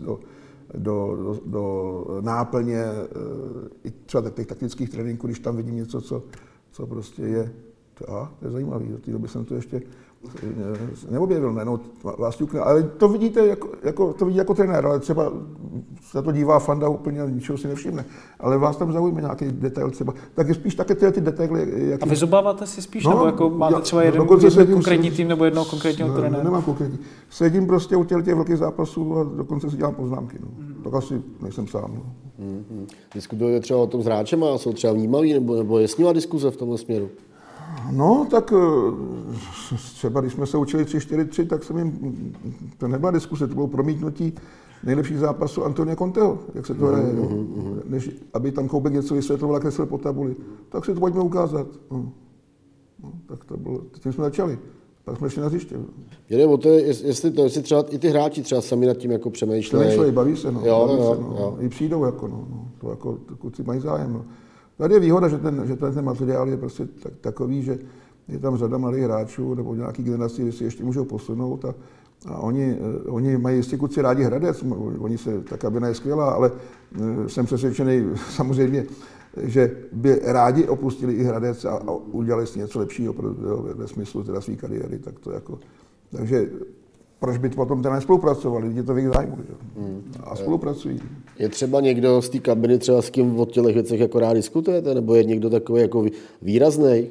do náplně i třeba těch taktických tréninků, když tam vidím něco, co prostě je, to je zajímavý, do té doby jsem to ještě neobjevil, no, vás ťukne, ale to vidíte to vidí jako trenér, ale třeba se to dívá fanda úplně ničeho si nevšimne, ale vás tam zaujme nějaký detail třeba, tak je spíš také ty detaily. A vyzobáváte si spíš, nebo jako máte třeba jeden konkrétní tým nebo jednoho konkrétního trenéra? Nemám konkrétní. Sedím prostě u těch velkých zápasů a dokonce si dělám poznámky, no. Tak asi nejsem sám, no. Diskutujete třeba o tom s hráčema, jsou třeba vnímaví, nebo je s nima diskuze v tomhle směru? No, tak třeba když jsme se učili 3-4-3, tak jsem jim, to nebyla diskuse, to bylo promítnutí nejlepších zápasů Antonia Conteho, jak se to hraje, než aby tam Koubek něco vysvětloval a kreslil po tabuli. Tak si to pojďme ukázat. No, tak to bylo, tím jsme začali. Pak jsme šli na hřiště. Jde o to, jestli třeba i ty hráči třeba sami nad tím jako přemýšlejí. Baví se, no. Jo. I přijdou, to jako kluci mají zájem, no. Tady je výhoda, že ten materiál je prostě takový, že je tam řada malých hráčů nebo nějaký generací, kdy si ještě můžou posunout a oni mají jistě kluci rádi Hradec, ta kabina je skvělá, ale jsem přesvědčený samozřejmě, že by rádi opustili i Hradec a udělali si něco lepšího ve smyslu teda své kariéry, tak to jako, takže proč by potom teda nespolupracovali, lidi to v jejich zájmu, a spolupracují. Je třeba někdo z té kabiny, třeba s kým o těch věcech jako rád diskutujete, nebo je někdo takový jako výrazný?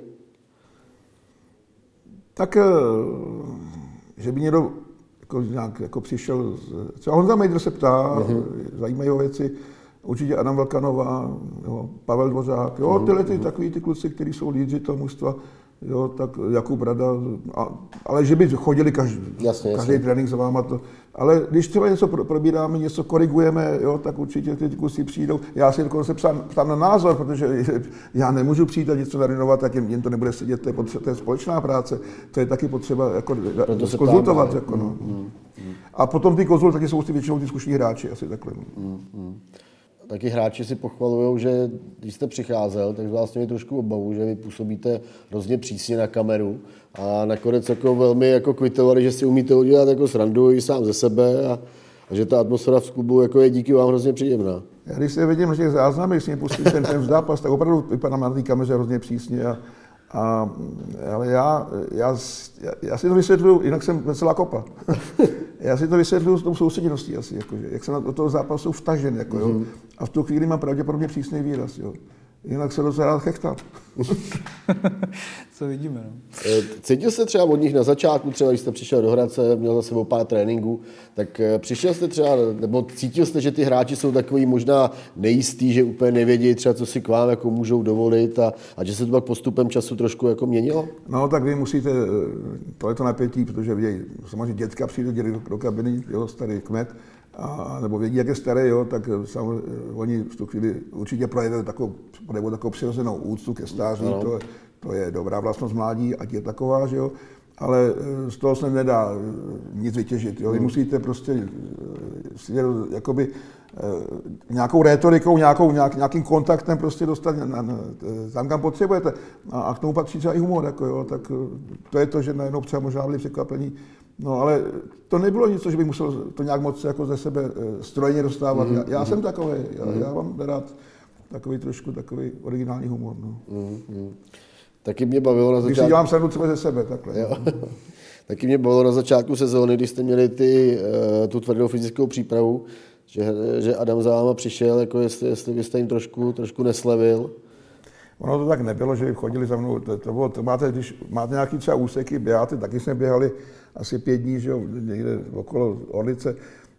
Tak, že by někdo nějak jako přišel, třeba Honza Mejdr se ptá, zajímají ho věci, určitě Adam Vlkanová, jo, Pavel Dvořák, jo, tyhle takový ty kluci, kteří jsou lídři toho mužstva, jo, tak Jakub Rada, ale že by chodili každý trénink za váma to. Ale když třeba něco probíráme, něco korigujeme, jo, tak určitě ty kluci přijdou. Já si dokonce ptám na názor, protože já nemůžu přijít a něco narinovat, tak jen to nebude sedět, to je společná práce, to je taky potřeba jako konzultovat. Jako, no. A potom ty konzultanti jsou většinou ty zkušení hráči, asi takhle. Taky hráči si pochvalují, že když jste přicházel, tak vlastně mi trošku obavu, že vy působíte hrozně přísně na kameru a nakonec jako velmi jako kvitovali, že si umíte udělat jako srandu i sám ze sebe a že ta atmosféra v klubu jako je díky vám hrozně příjemná. Já když se vidím na těch záznamech, když mě pustím ten zápas, tak opravdu vypadám na té kameře hrozně přísně. Ale já si to vysvětluju, jinak jsem veselá kopa. Já si to vysvětluju s tou soustředěností asi, jakože, jak jsem do toho zápasu vtažen, jako, jo. A v tu chvíli mám pravděpodobně přísný výraz, jo. Jinak se docela rád chechtám. Co vidíme, no. Cítil jste třeba od nich na začátku, třeba když jste přišel do Hradce, měl za sebou pár tréninků, tak přišel jste třeba, nebo cítil jste, že ty hráči jsou takový možná nejistý, že úplně nevědí třeba, co si k vám jako můžou dovolit a že se to pak postupem času trošku jako měnilo? No, tak vy musíte tohleto napětí, protože vidějí, samozřejmě dětka přijde do kabiny, jo, starý kmet, nebo vědí, jak je starý, jo, tak oni v tu chvíli určitě projevují takovou přirozenou úctu ke stáří, to je dobrá vlastnost mládí, ať je taková, že jo, ale z toho se nedá nic vytěžit, jo, vy musíte prostě jakoby nějakou rétorikou, nějakým kontaktem prostě dostat tam, kam potřebujete a k tomu patří třeba i humor, jako jo, tak to je to, že najednou třeba možná byli překvapení. No ale to nebylo nic, že bych musel to nějak moc jako ze sebe strojně dostávat. Já jsem takový, já mám rád takový originální humor. No. Taky mě bavilo na začátku. Když si dělám srandu třeba ze sebe, takhle. Jo. Taky mě bavilo na začátku sezóny, když jste měli tu tvrdou fyzickou přípravu, že Adam za váma přišel, jako jestli byste jim trošku neslevil. Ono to tak nebylo, že chodili za mnou, to máte, když máte nějaký třeba úseky, běháte, taky jsme běhali asi 5 dní, že jo, někde okolo Orlice,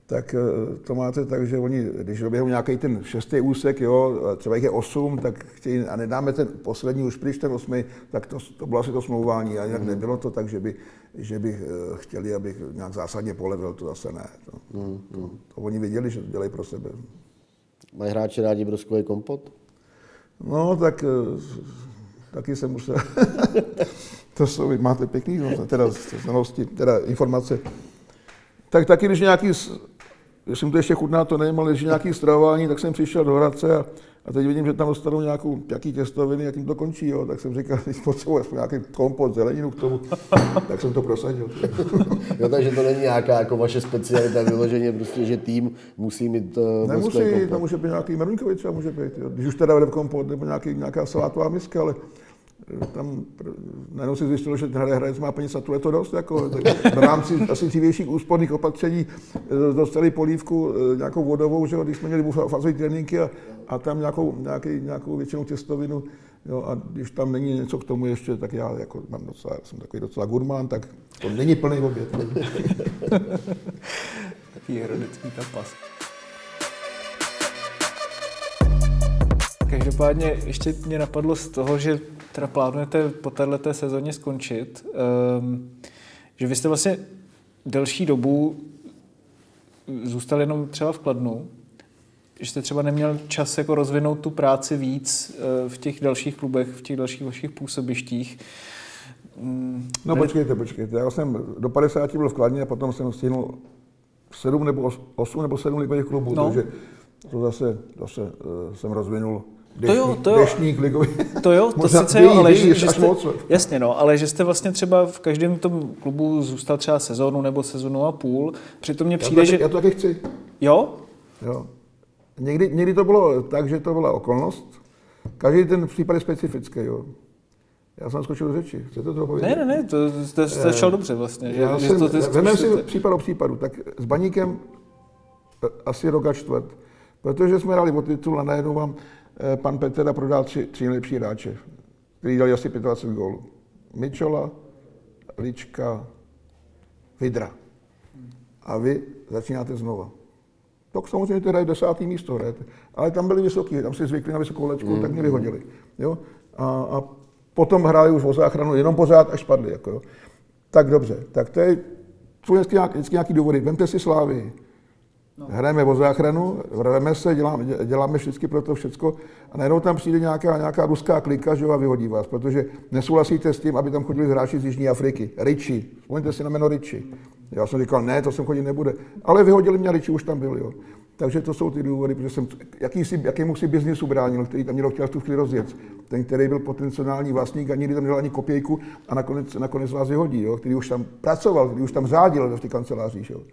tak to máte tak, že oni, když doběhnou nějaký ten 6. úsek, jo, třeba jich je 8, tak chtějí, a nedáme ten poslední už pryč, ten 8, tak to bylo asi to smlouvání. A jinak nebylo to tak, že by chtěli, abych nějak zásadně polevil, to zase ne. To oni věděli, že to dělají pro sebe. Mají hráči rádi broskový kompot? No, tak taky jsem musel. To jsou, máte pěkný, no, teda znalosti, teda informace. Tak taky, když jsem to ještě chutná, to nevím, ale když nějaký stravování, tak jsem přišel do Hradce a teď vidím, že tam dostanou nějaký těstoviny, jak jim to končí, jo. Tak jsem říkal, že potřebuji aspoň nějaký kompot, zeleninu k tomu, tak jsem to prosadil. Jo, takže to není nějaká jako vaše specialita vyloženě, prostě, že tým musí mít nemusí, tam může být nějaký meruňkový třeba může být, jo. Když už teda vede kompot nebo nějaká salátová miska, ale tam najednou si zjistilo, že ten hradec má peněz a tu je to dost, jako, v rámci asi dřívějších úsporných opatření dostali polívku nějakou vodovou, že, když jsme měli fazové tréninky a tam nějakou většinou těstovinu, jo, a když tam není něco k tomu ještě, tak já jako jsem takový docela gurmán, tak to není plný oběd. Taký hradecký tapas. Každopádně ještě mě napadlo z toho, že teda plánujete po této sezóně skončit, že vy jste vlastně delší dobu zůstal jenom třeba v Kladnu, že jste třeba neměl čas jako rozvinout tu práci víc v těch dalších klubech, v těch dalších vašich působištích. No počkejte, já jsem do 50 byl v Kladně a potom jsem stihnul 8 nebo 7 ligových klubů, no. Takže to zase jsem rozvinul. Deštník ligový. To jo, to sice jo, ale že jste, jasně no, ale že jste vlastně třeba v každém tom klubu zůstal třeba sezónu nebo sezónu a půl, přitom mně přijde, že... Já to taky chci. Jo? Jo. Někdy to bylo tak, že to byla okolnost. Každý ten případ je specifický, jo. Já jsem skočil do řeči. Chcete to povědět? Ne, to jste šel dobře vlastně. Vememe si případ o případu. Tak s Baníkem asi rok a čtvrt. Protože jsme hráli o titul a najednou vám pan Petera prodal 3 nejlepší hráče, který dali asi 25 gólů. Mičola, Lička, Vidra. A vy začínáte znova. Tak samozřejmě teda 10. místo hrajete. Ale tam byli vysoký, tam si zvykli na vysokou lečku, tak mě vyhodili. Jo? A potom hráli už o záchranu, jenom pořád, až padli. Jako, jo. Tak dobře, tak to jsou vždycky nějaký důvody. Vemte si Slávii. No. Hrajeme o záchranu, vrveme se, děláme vždycky pro to všecko a najednou tam přijde nějaká ruská klika, že a vyhodí vás, protože nesouhlasíte s tím, aby tam chodili hráči z Jižní Afriky. Richie, vzpomeňte si na jméno Richie. Já jsem říkal, ne, to sem chodit nebude. Ale vyhodili mě, Richie už tam byl, jo. Takže to jsou ty důvody, protože jsem jakému si biznisu bránil, který tam někdo chtěl v tu chvíli rozjet. Ten, který byl potenciální vlastník a nikdy tam nedal ani kopějku a nakonec vás vyhodí, jo, který už tam pracoval, který už tam řádil v těch kancelářích, jo.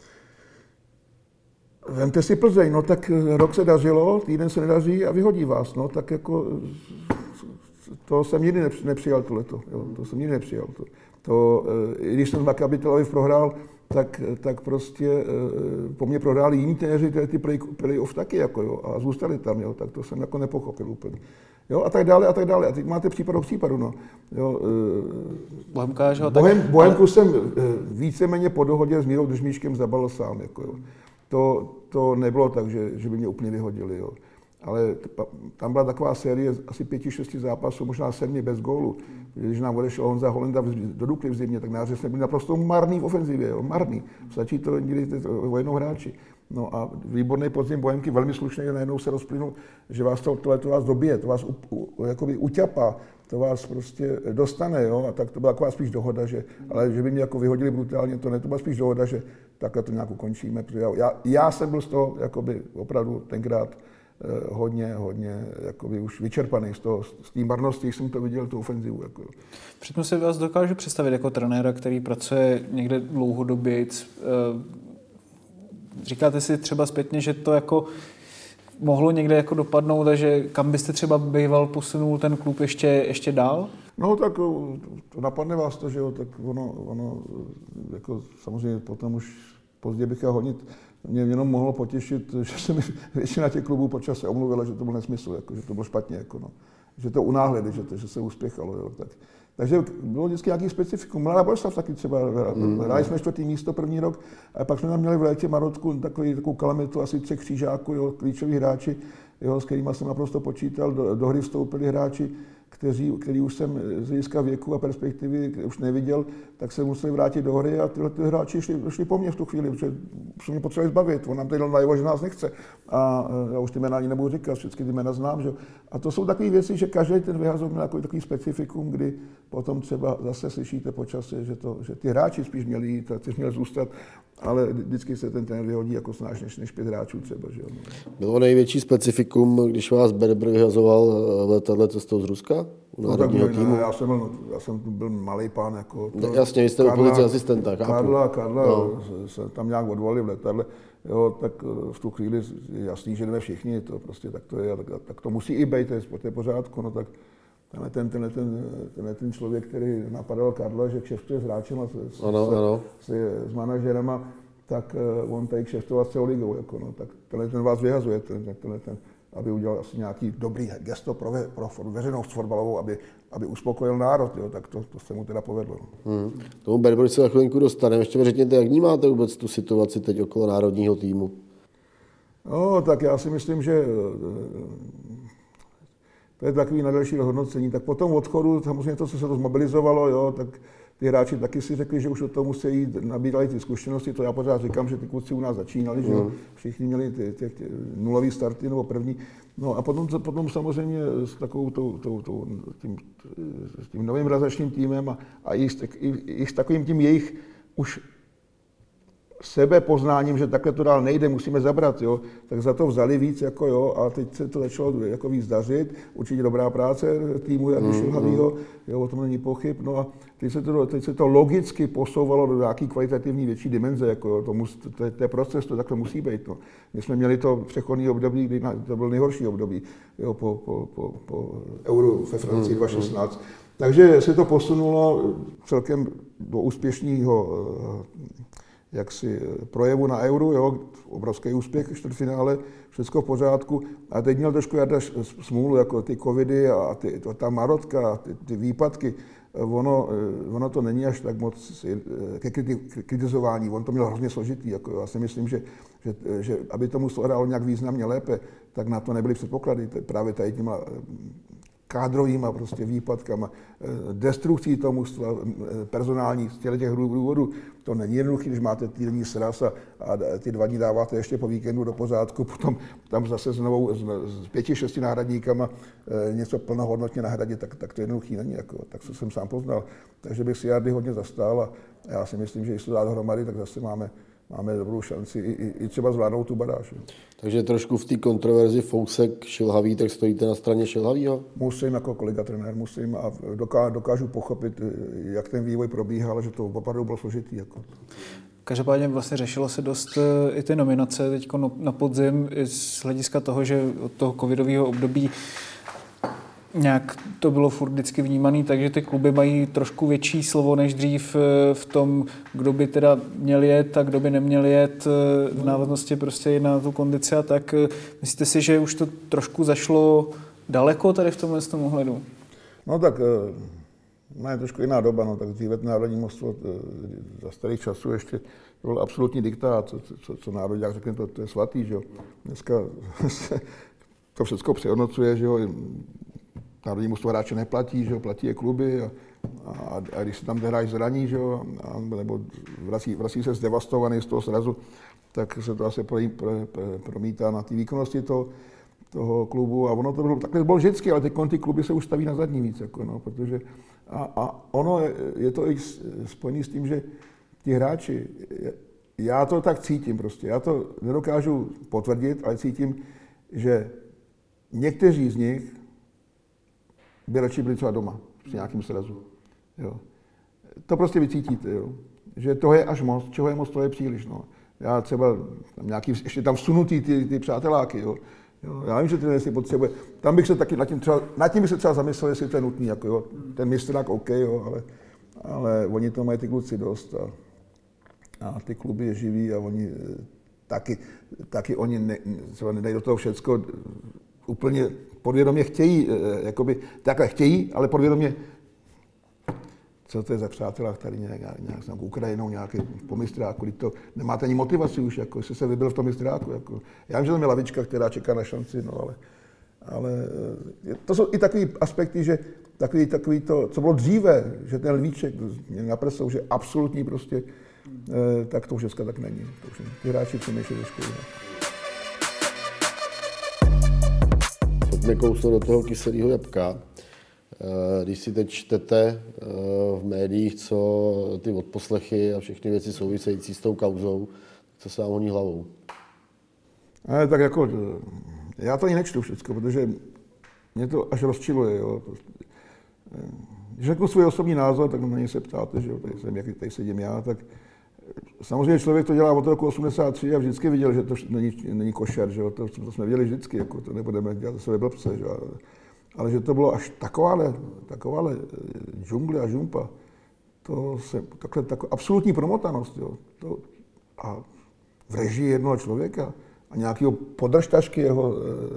Vemte si Plzeň, no tak rok se dařilo, týden se nedaří a vyhodí vás, no tak jako to jsem nikdy nepřijal tohleto, jo, to jsem nikdy nepřijal. I když jsem Maccabi Tel Aviv prohrál, tak prostě po mně prohráli jiní trenéři, ty play-off taky, jako jo, a zůstali tam, jo, tak to jsem jako nepochopil úplně. Jo, a tak dále. A teď máte případ o případu, no. Jo, Bohemku jsem víceméně po dohodě s Mírou Držmíškem zabalil sám, jako jo. To nebylo tak, že by mě úplně vyhodili, jo. Ale tam byla taková série asi 5-6 zápasů, možná 7 bez gólu. Když nám odešel Honza Holenda do Dukly v zimě, tak náře jsme byli naprosto marný v ofenzivě, jo, marný. Stačí to někdy o jednou hráči. No a výborný podzim Bohemky, velmi slušný, najednou se rozplynul, že vás to vás dobije, to vás jakoby uťapá, to vás prostě dostane, jo, a tak to byla taková spíš dohoda, ale že by mě jako vyhodili brutálně, to byla spíš dohoda, že takhle to nějak ukončíme, protože já jsem byl z toho jakoby opravdu tenkrát hodně jakoby už vyčerpaný z té marnosti, jsem to viděl, tu ofenzivu. Jako. Přitom si vás dokážu představit jako trenéra, který pracuje někde dlouhodobě. Říkáte si třeba zpětně, že to jako mohlo někde jako dopadnout a že kam byste třeba býval posunul ten klub ještě dál? No tak to napadne vás to, že jo, tak ono jako samozřejmě potom už později bych chtěl honit. Mě jenom mohlo potěšit, že se mi většina těch klubů po čase omluvila, že to byl nesmysl, jako, že to bylo špatně. Jako, no. že to unáhlili, že se uspěchalo. Jo. Takže bylo vždycky nějaký specifikum. Mladá Boleslav taky třeba hráli jsme 4. místo první rok a pak jsme tam měli v létě Marotku takovou kalamitu asi 3 křížáků, jo, klíčoví hráči, jo, s kterými jsem naprosto počítal. Do hry vstoupili hráči, který už jsem z hlediska věku a perspektivy už neviděl, tak se museli vrátit do hry a tyhle hráči šli po mně v tu chvíli, protože se mě potřebovali zbavit. On nám tady dal najevo, že nás nechce. A já už ty jména ani nebudu říkat, všechny ty jména znám. Že? A to jsou takové věci, že každý ten vyhazov měl takový specifikum, kdy potom třeba zase slyšíte po čase, že ty hráči spíš měli jít, ty měli zůstat, ale vždycky se ten trenér vyhodí jako snáš než 5 hráčů třeba. Že? Bylo největší specifikum, když vás Berber vyhazoval v letadle cestou z Ruska? No, tak týmu? Já jsem byl malý pán. Jako to, jasně, vy jste v pozici asistenta. Karla se tam nějak odvolali v letadle. Jo, tak v tu chvíli je jasný, že jdeme všichni, to prostě tak to je, tak to musí i být, to je pořádku. No, tak ten člověk, který napadal Karla, že kšeftuje s hráčem a s manažerama, tak on tady kšeftoval s celou ligou. Jako, no, tak ten vás vyhazuje, aby udělal asi nějaký dobrý gesto pro veřejnost fotbalovou, aby uspokojil národ, jo, tak to se mu teda povedlo. Tomu Berberovi se za chvilinku dostaneme. Ještě mi řekněte, jak vnímáte vůbec tu situaci teď okolo národního týmu? No, tak já si myslím, že to je takový na další hodnocení. Tak po tom odchodu, samozřejmě to, co se to zmobilizovalo, jo, tak ty hráči taky si řekli, že už od toho musí jít, nabírali ty zkušenosti, to já pořád říkám, že ty kluci u nás začínali, že všichni měli ty nulový starty nebo první. No a potom samozřejmě s tím novým realizačním týmem a i s takovým tím jejich už sebepoznáním, že takhle to dál nejde, musíme zabrat, jo, tak za to vzali víc, jako jo, a teď se to začalo jako víc dařit, určitě dobrá práce týmu Jardy Šilhavýho, jo, o tom není pochyb, no a teď se to logicky posouvalo do nějaký kvalitativní větší dimenze, jako jo, to je proces, to takhle musí být, no. My jsme měli to přechodné období, kdy to byl nejhorší období, jo, po Euru ve Francii 2016, takže se to posunulo celkem do úspěšného jaksi projevu na Euru, jo, obrovský úspěch, čtvrtfinále, všechno v pořádku. A teď měl trošku Jarda smůlu, jako ty covidy a ta marotka, ty výpadky. Ono to není až tak moc ke kritizování, on to měl hrozně složitý. Jako já si myslím, že aby tomu hrálo nějak významně lépe, tak na to nebyly předpoklady. Právě tady těma kádrovýma prostě výpadkama, destrukcí toho mužstva personální z těch důvodů. To není jednoduché, když máte týdenní sraz a ty 2 dny dáváte ještě po víkendu do pořádku, potom tam zase znovu s 5-6 náhradníkama něco plnohodnotně nahradit, tak to jednoduché není. Jako, tak co jsem sám poznal. Takže bych si Jardy hodně zastal a já si myslím, že když to dá dohromady, tak zase máme dobrou šanci i třeba zvládnout tu baráž. Takže trošku v té kontroverzi Fousek Šilhavý, tak stojíte na straně Šilhavýho? Musím jako kolega trenér, musím a dokážu pochopit, jak ten vývoj probíhal, ale že to opravdu bylo složitý. Jako. Každopádně vlastně řešilo se dost i ty nominace teď na podzim z hlediska toho, že od toho covidového období nějak to bylo furt vždycky vnímané, takže ty kluby mají trošku větší slovo než dřív v tom, kdo by teda měl jet a kdo by neměl jet v návaznosti prostě na tu kondici a tak. Myslíte si, že už to trošku zašlo daleko tady v tomhle ohledu? No tak je trošku jiná doba, no tak dříve národní mužstvo za starých časů ještě byl absolutní diktát, co národák řekne, to je svatý, že jo. Dneska se to všechno přehodnocuje, že jo. Národní mužstvo hráče neplatí, že jo, platí je kluby a když se tam hráč zraní, že jo, nebo vrací se zdevastovaný z toho srazu, tak se to asi promítá na té výkonnosti toho klubu a ono to bylo, takhle bylo vždycky, ale ty kluby se už staví na zadní víc, jako no, protože a ono je to i spojené s tím, že ti hráči, já to tak cítím prostě, já to nedokážu potvrdit, ale cítím, že někteří z nich by radši byli třeba doma, při nějakým srazu. Jo. To prostě vycítíte, jo. Že toho je až moc, čeho je moc, to je příliš. No. Já třeba ještě tam vsunutý ty přáteláky, jo. Jo. Já vím, že trenér si potřebuje, tam bych se taky nad tím bych se třeba zamyslel, jestli to je nutný, jako jo. Ten mistrák OK, jo, ale oni to mají ty kluci dost a ty kluby je živí a oni taky oni nedají do toho všecko úplně podvědomě chtějí, jakoby, takhle chtějí, ale podvědomě, co to je za přátelé, tady nějak s Ukrajinou, nějaký po mistráku, to nemáte ani motivaci už, jako, jestli se vybil v tom mistráku. Jako. Já vím, že tam je lavička, která čeká na šanci, no, ale to jsou i takové aspekty, že takový to, co bylo dříve, že ten lvíček na prsou, že absolutní prostě, tak to už dneska tak není. Ty hráči přemýšlí trošku jinak. Pojďme kousnout do toho kyselého jabka. Když si teď čtete v médiích, co ty odposlechy a všechny věci související s tou kauzou, co se vám honí hlavou? Tak jako, já to ani nečtu všechno, protože mě to až rozčiluje. Jo. Když řeknu svůj osobní názor, tak na něj se ptáte, že jo, tady sedím já, tak samozřejmě člověk to dělá od roku 83 a vždycky viděl, že to není košer, že jo, to jsme viděli vždycky, jako to nebudeme dělat své blbce, že jo. Ale že to bylo až takováhle džungle a žumpa, to se, takhle absolutní promotanost, jo, to, a v režii jednoho člověka a nějakého podržtašky jeho,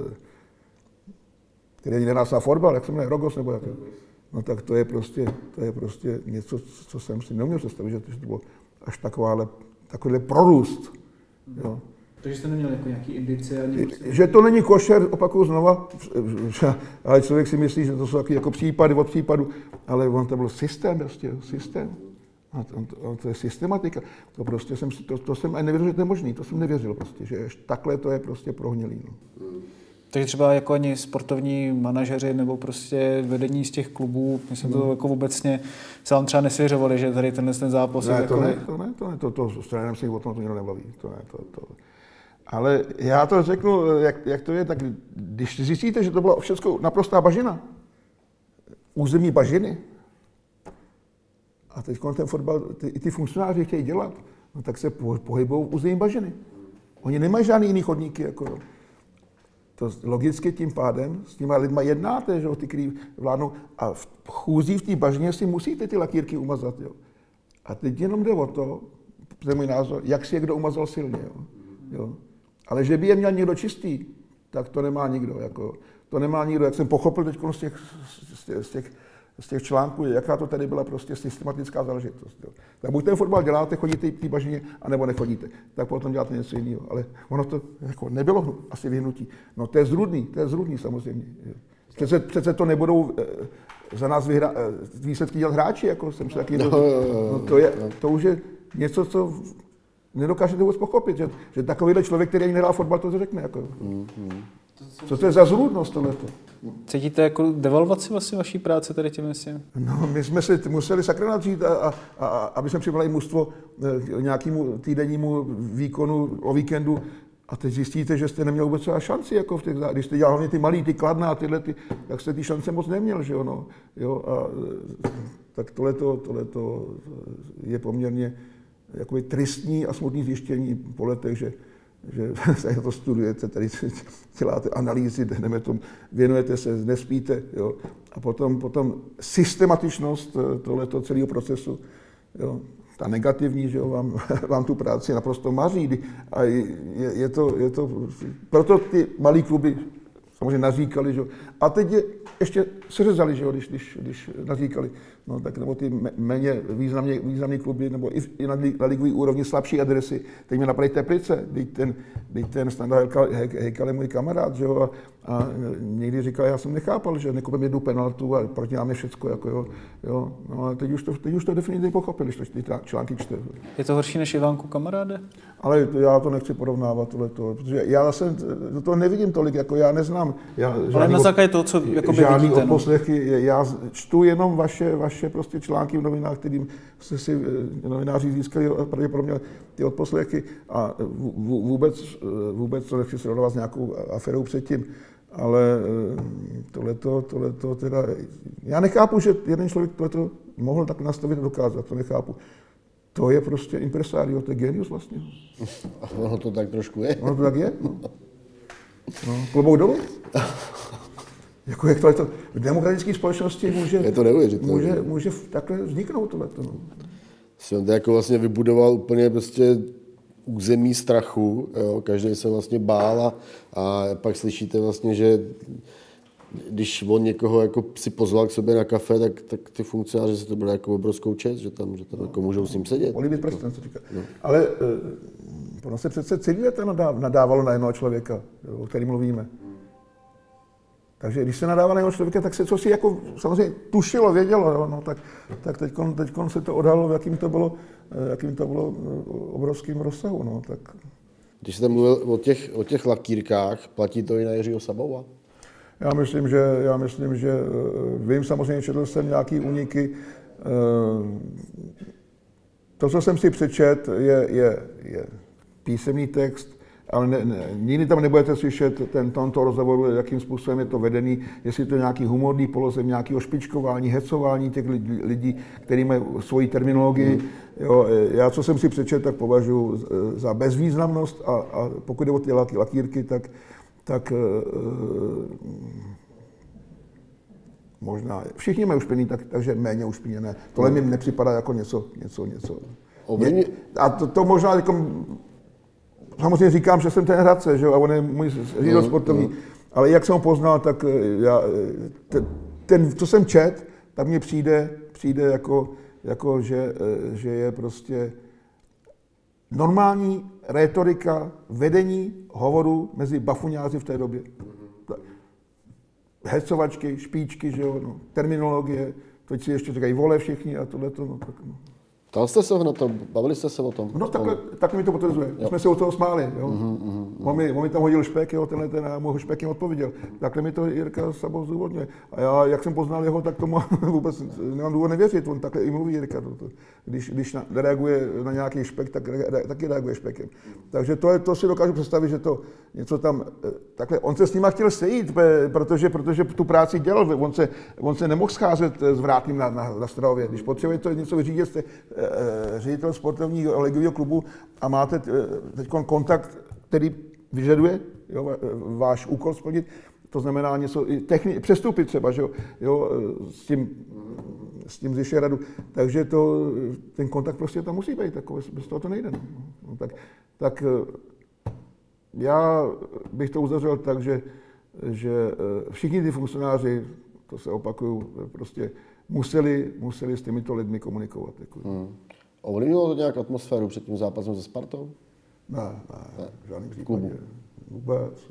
který jde nás na fotbal, jak se jmenuje, Rogos nebo jak, no tak to je prostě něco, co jsem si neuměl představit, že to bylo až takovýhle prorůst, jo. Takže jste neměl jako nějaký indicie? Že to není košer, opakuju znova, ale člověk si myslí, že to jsou taky jako případy od případu, ale on to byl systém, systém. A to je systematika. To prostě jsem ani nevěřil, že to je možný, to jsem nevěřil prostě, že takhle to je prostě prohnilý. No. Takže třeba jako ani sportovní manažeři nebo prostě vedení z těch klubů, myslím to jako obecně se vám třeba nesvěřovali, že tady ten zápas... Ne, to s trenérem se o tom to nikdo nebaví. Ale já to řeknu, jak to je, tak když zjistíte, že to byla všechno naprostá bažina, území bažiny, a teď ten fotbal, ty funkcionáři chtějí dělat, no tak se pohybují v území bažiny. Oni nemají žádný jiný chodníky. Jako. To logicky tím pádem s těma lidma jednáte, že ty, který vládnou, a v chůzí v té bažině si musíte ty lakírky umazat. Jo. A teď jenom jde o to, to je můj názor, jak si je kdo umazal silně. Jo. Ale že by je měl někdo čistý, tak to nemá nikdo. Jako, to nemá nikdo, jak jsem pochopil teď z těch článků, jaká to tady byla prostě systematická záležitost. Jo. Tak buď ten fotbal děláte, chodíte v té bažině, anebo nechodíte. Tak potom děláte něco jiného. Ale ono to jako nebylo asi vyhnutí. No to je zrůdný samozřejmě. Jo. Přece to nebudou za nás výsledky dělat hráči, jako jsem se taky... To už je něco, co nedokážete vůbec pochopit, že takovýhle člověk, který ani nehrál fotbal, to řekne. Jako. Co to je za zrůdnost tohleto? Cítíte jako devalvaci vlastně vaší práce tady tím myslím? No, my jsme si museli sakra nadřít, aby jsme připravili mužstvo k nějakému týdennímu výkonu o víkendu. A teď zjistíte, že jste neměl vůbec šanci, jako když jste dělal hlavně ty malý, ty Kladna a tyhle, tak jste ty šance moc neměl, že jo, no. Jo, a tak tohleto je poměrně jakoby tristní a smutný zjištění po letech, že se to studujete, tady děláte analýzy, věnujete se, nespíte, jo. A potom systematičnost tohleto celého procesu, jo. Ta negativní, že jo, vám tu práci naprosto maří. A je to, proto ty malý kluby samozřejmě naříkali, že jo. A teď je ještě seřezali, že jo, když naříkali. No tak nebo ty méně významné kluby, nebo i na ligový úrovni slabší adresy. Teď mě napadají Teplice, teď ten Standa Hejkal je můj kamarád, že jo, a někdy říkal, já jsem nechápal, že nekupím jednu penaltu a proti nám je všecko, jako jo. No a teď už to definitivně pochopili, když ty články čte. Je to horší než Ivánku kamaráde? Ale já to nechci porovnávat tohleto, protože já zase to nevidím tolik, jako já neznám. Ale na základě toho, co jakoby žádný vidíte, odposlechy, já čtu jenom vaše prostě články v novinách, kterým si novináři získali pravděpodobně ty odposlechy a vůbec to nechci srovnávat s nějakou aférou předtím, ale tohleto teda, já nechápu, že jeden člověk tohleto mohl tak nastavit a dokázat, to nechápu. To je prostě impresario, to je genius vlastně. Ono to tak trošku je. Ono to tak je, no. Klobouk dolů. Jako jak to v demokratické společnosti může takhle vzniknout tohleto. No. On to jako vlastně vybudoval úplně prostě území strachu, jo, každý se vlastně bál a pak slyšíte vlastně, že když on někoho jako si pozval k sobě na kafe, tak ty funkcionáři se to bylo jako obrovskou čest, že tam jako můžou s ním sedět. Políbit prstem, co říká. No. Ale ono se přece celý léta nadávalo na jednoho člověka, o kterém mluvíme. Takže když se nadává na jednoho člověka, tak se co si jako samozřejmě tušilo, vědělo, jo, no, tak teďkon se to odhalilo, jakým to bylo obrovským rozsahu. No, tak. Když jste mluvil o těch lakírkách, platí to i na Jiřího Saboua? Já myslím, že vím, samozřejmě četl jsem nějaký úniky. To, co jsem si přečet, je písemný text, ale nikdy tam nebudete slyšet tomto rozhovoru, jakým způsobem je to vedený, jestli to je nějaký humorný polozem, nějakého špičkování, hecování těch lidí, kteří mají svoji terminologii. Jo, já, co jsem si přečet, tak považuji za bezvýznamnost a pokud jde o ty lakírky, tak možná všichni mají ušpiný, takže méně ušpiněné. Tohle mi nepřipadá jako něco. A to možná jako, samozřejmě říkám, že jsem ten Hradce, že jo, a on je můj ředitel sportovní, ale jak jsem ho poznal, tak co jsem čet, tak mně přijde jako že je prostě normální rétorika vedení hovoru mezi bafuňáři v té době. Hecovačky, špičky, že jo, no, terminologie, teď si ještě říkají vole všichni a tohleto, no tak no. Ptal jste se na to, bavili jste se o tom? No tak mi to potvrzuje. Jsme se u toho smáli, jo. On mi tam hodil špek, jo, tenhle a mu špek jim odpověděl. Takhle mi to Jirka Sabov zdůvodňuje. A já, jak jsem poznal jeho, tak tomu vůbec nemám důvod nevěřit. On takhle i mluví Jirka. Když reaguje na nějaký špek, tak taky reaguje špekem. Takže to si dokážu představit, že to něco tam takhle. On se s nima chtěl sejít, protože tu práci dělal. On se nemohl scházet s Vrátným na Strahově. Když potřebujete něco vyřídit, jste ředitel sportovního ligového klubu a máte teď kontakt, který vyžaduje, jo, váš úkol splnit, to znamená něco přestoupit třeba, že jo, s tím zvyšuje radu. Takže ten kontakt prostě tam musí být, bez toho to nejde. No, tak já bych to uzavřel tak, že všichni ty funkcionáři, to se opakuju, prostě museli s těmito lidmi komunikovat. Ovlivnilo to nějak atmosféru před tím zápasem se Spartou? Ne, v žádným případě. Vůbec.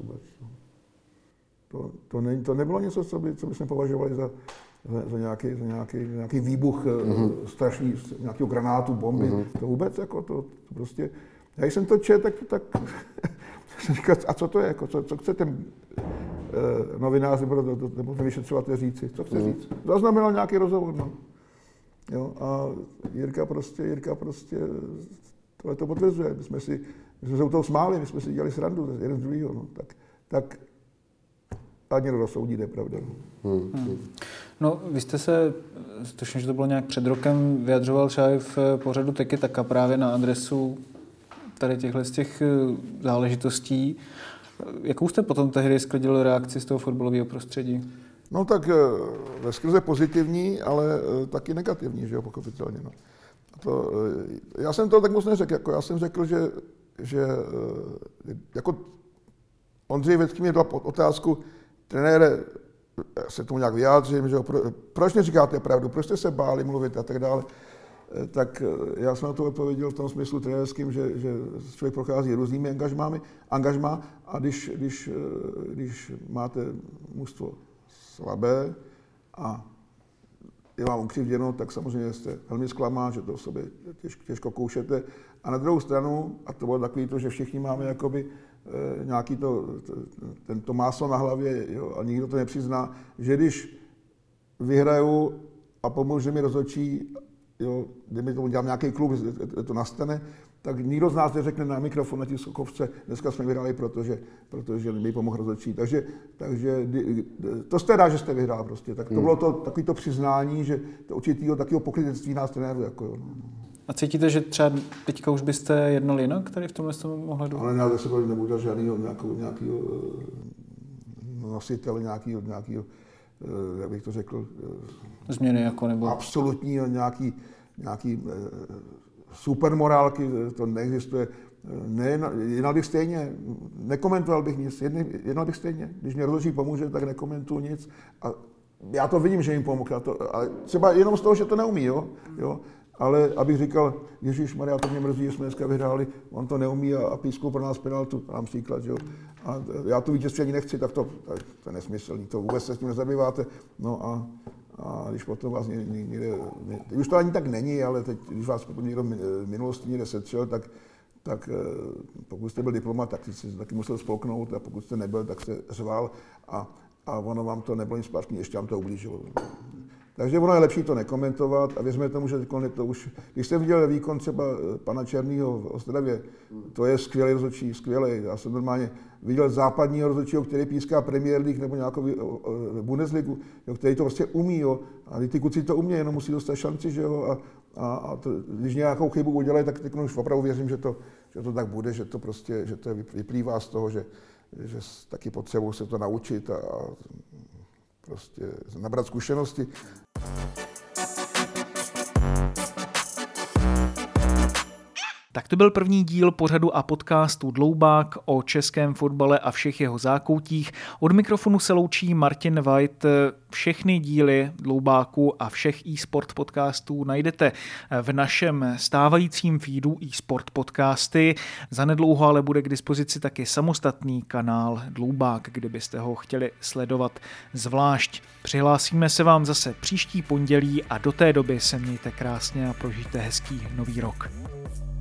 To nebylo něco, co bychom považovali za nějaký výbuch strašný, nějakého granátu, bomby. To vůbec, jako to prostě. Já jsem to četl, tak jsem říkal, a co to je, jako, co chce ten novinář nebo ten vyšetřovatel říci, co chce říct. Zaznamenal nějaký rozhovor, no. Jo, a Jirka prostě tohle to potvrzuje. My jsme se u toho smáli, my jsme si dělali srandu jeden z druhého, no. Tak ať někdo rozsoudí, to je pravda. No, vy jste se, tuším, že to bylo nějak před rokem, vyjadřoval třeba i v pořadu Tiki Taka právě na adresu tady těchto z těch záležitostí. Jakou jste potom tehdy sklidil reakci z toho fotbalového prostředí? No tak veskrze pozitivní, ale taky negativní, že jo, pochopitelně. No. Já jsem to tak moc neřekl, jako já jsem řekl, že jako Ondřej Vetký mě dal otázku, trenére, já se tomu nějak vyjádřím, že jo, proč neříkáte pravdu, proč jste se báli mluvit a tak dále. Tak já jsem na to odpověděl v tom smyslu trenérským, že člověk prochází různými angažmá a když máte mužstvo slabé a je vám ukřivděno, tak samozřejmě jste velmi zklamán, že to v sobě těžko koušete. A na druhou stranu, a to bylo takový to, že všichni máme jakoby nějaký to máslo na hlavě, jo, a nikdo to nepřizná, že když vyhraju a pomůže mi rozhodčí, jo, kdyby tomu dělám nějaký klub, to nastane, tak nikdo z nás neřekne na mikrofon na tiskovce, dneska jsme vyhráli, protože mi pomohl rozhodčí. Takže to jste rád, že jste vyhrál prostě. Tak to bylo takový to přiznání, že to určitýho takového pokrytectví nás trenérů. Jako, jo. A cítíte, že třeba teďka už byste jednal jinak tady v tomhle ohledu? Ale já zase nebudu žádného nějakého nositele, nějakého, jak bych to řekl, změny jako nebo? Absolutního nějaký supermorálky, to neexistuje. Jednal bych stejně, nekomentoval bych nic, jednal bych stejně. Když mě rozhodčí pomůže, tak nekomentuju nic. A já to vidím, že jim pomohl, ale třeba jenom z toho, že to neumí, jo? Ale abych říkal, ježišmarja, to mě mrzí, že jsme dneska vyhráli, on to neumí a pískou pro nás penaltu, dám příklad, jo. A já tu vítězství ani nechci, tak to je nesmyslný, to vůbec se s tím nezabýváte. No a když potom vás někde, už to ani tak není, ale teď, když vás potom někdo v minulosti někde setřel, tak pokud jste byl diplomat, tak jste si taky musel spolknout, a pokud jste nebyl, tak jste řval a ono vám to nebylo nic špatný, ještě vám to ublížilo. Takže ono je lepší to nekomentovat a věřme tomu, že to už... Když jsem viděl výkon třeba pana Černýho v Ostravě, to je skvělý rozhodčí, skvělý. Já jsem normálně viděl západního rozhodčího, který píská Premier League nebo nějakou Bundesligu, který to prostě umí, jo. A ty kluci to umějí, jenom musí dostat šanci, že jo. A to, když nějakou chybu udělají, tak teď už opravdu věřím, že to tak bude, že to prostě, že to vyplývá z toho, že taky potřebují se to naučit a prostě nabrat zkušenosti. Tak to byl první díl pořadu a podcastu Dloubák o českém fotbale a všech jeho zákoutích. Od mikrofonu se loučí Martin White. Všechny díly Dloubáku a všech eSport podcastů najdete v našem stávajícím feedu eSport podcasty. Zanedlouho ale bude k dispozici taky samostatný kanál Dloubák, kdybyste ho chtěli sledovat zvlášť. Přihlásíme se vám zase příští pondělí a do té doby se mějte krásně a prožijte hezký nový rok.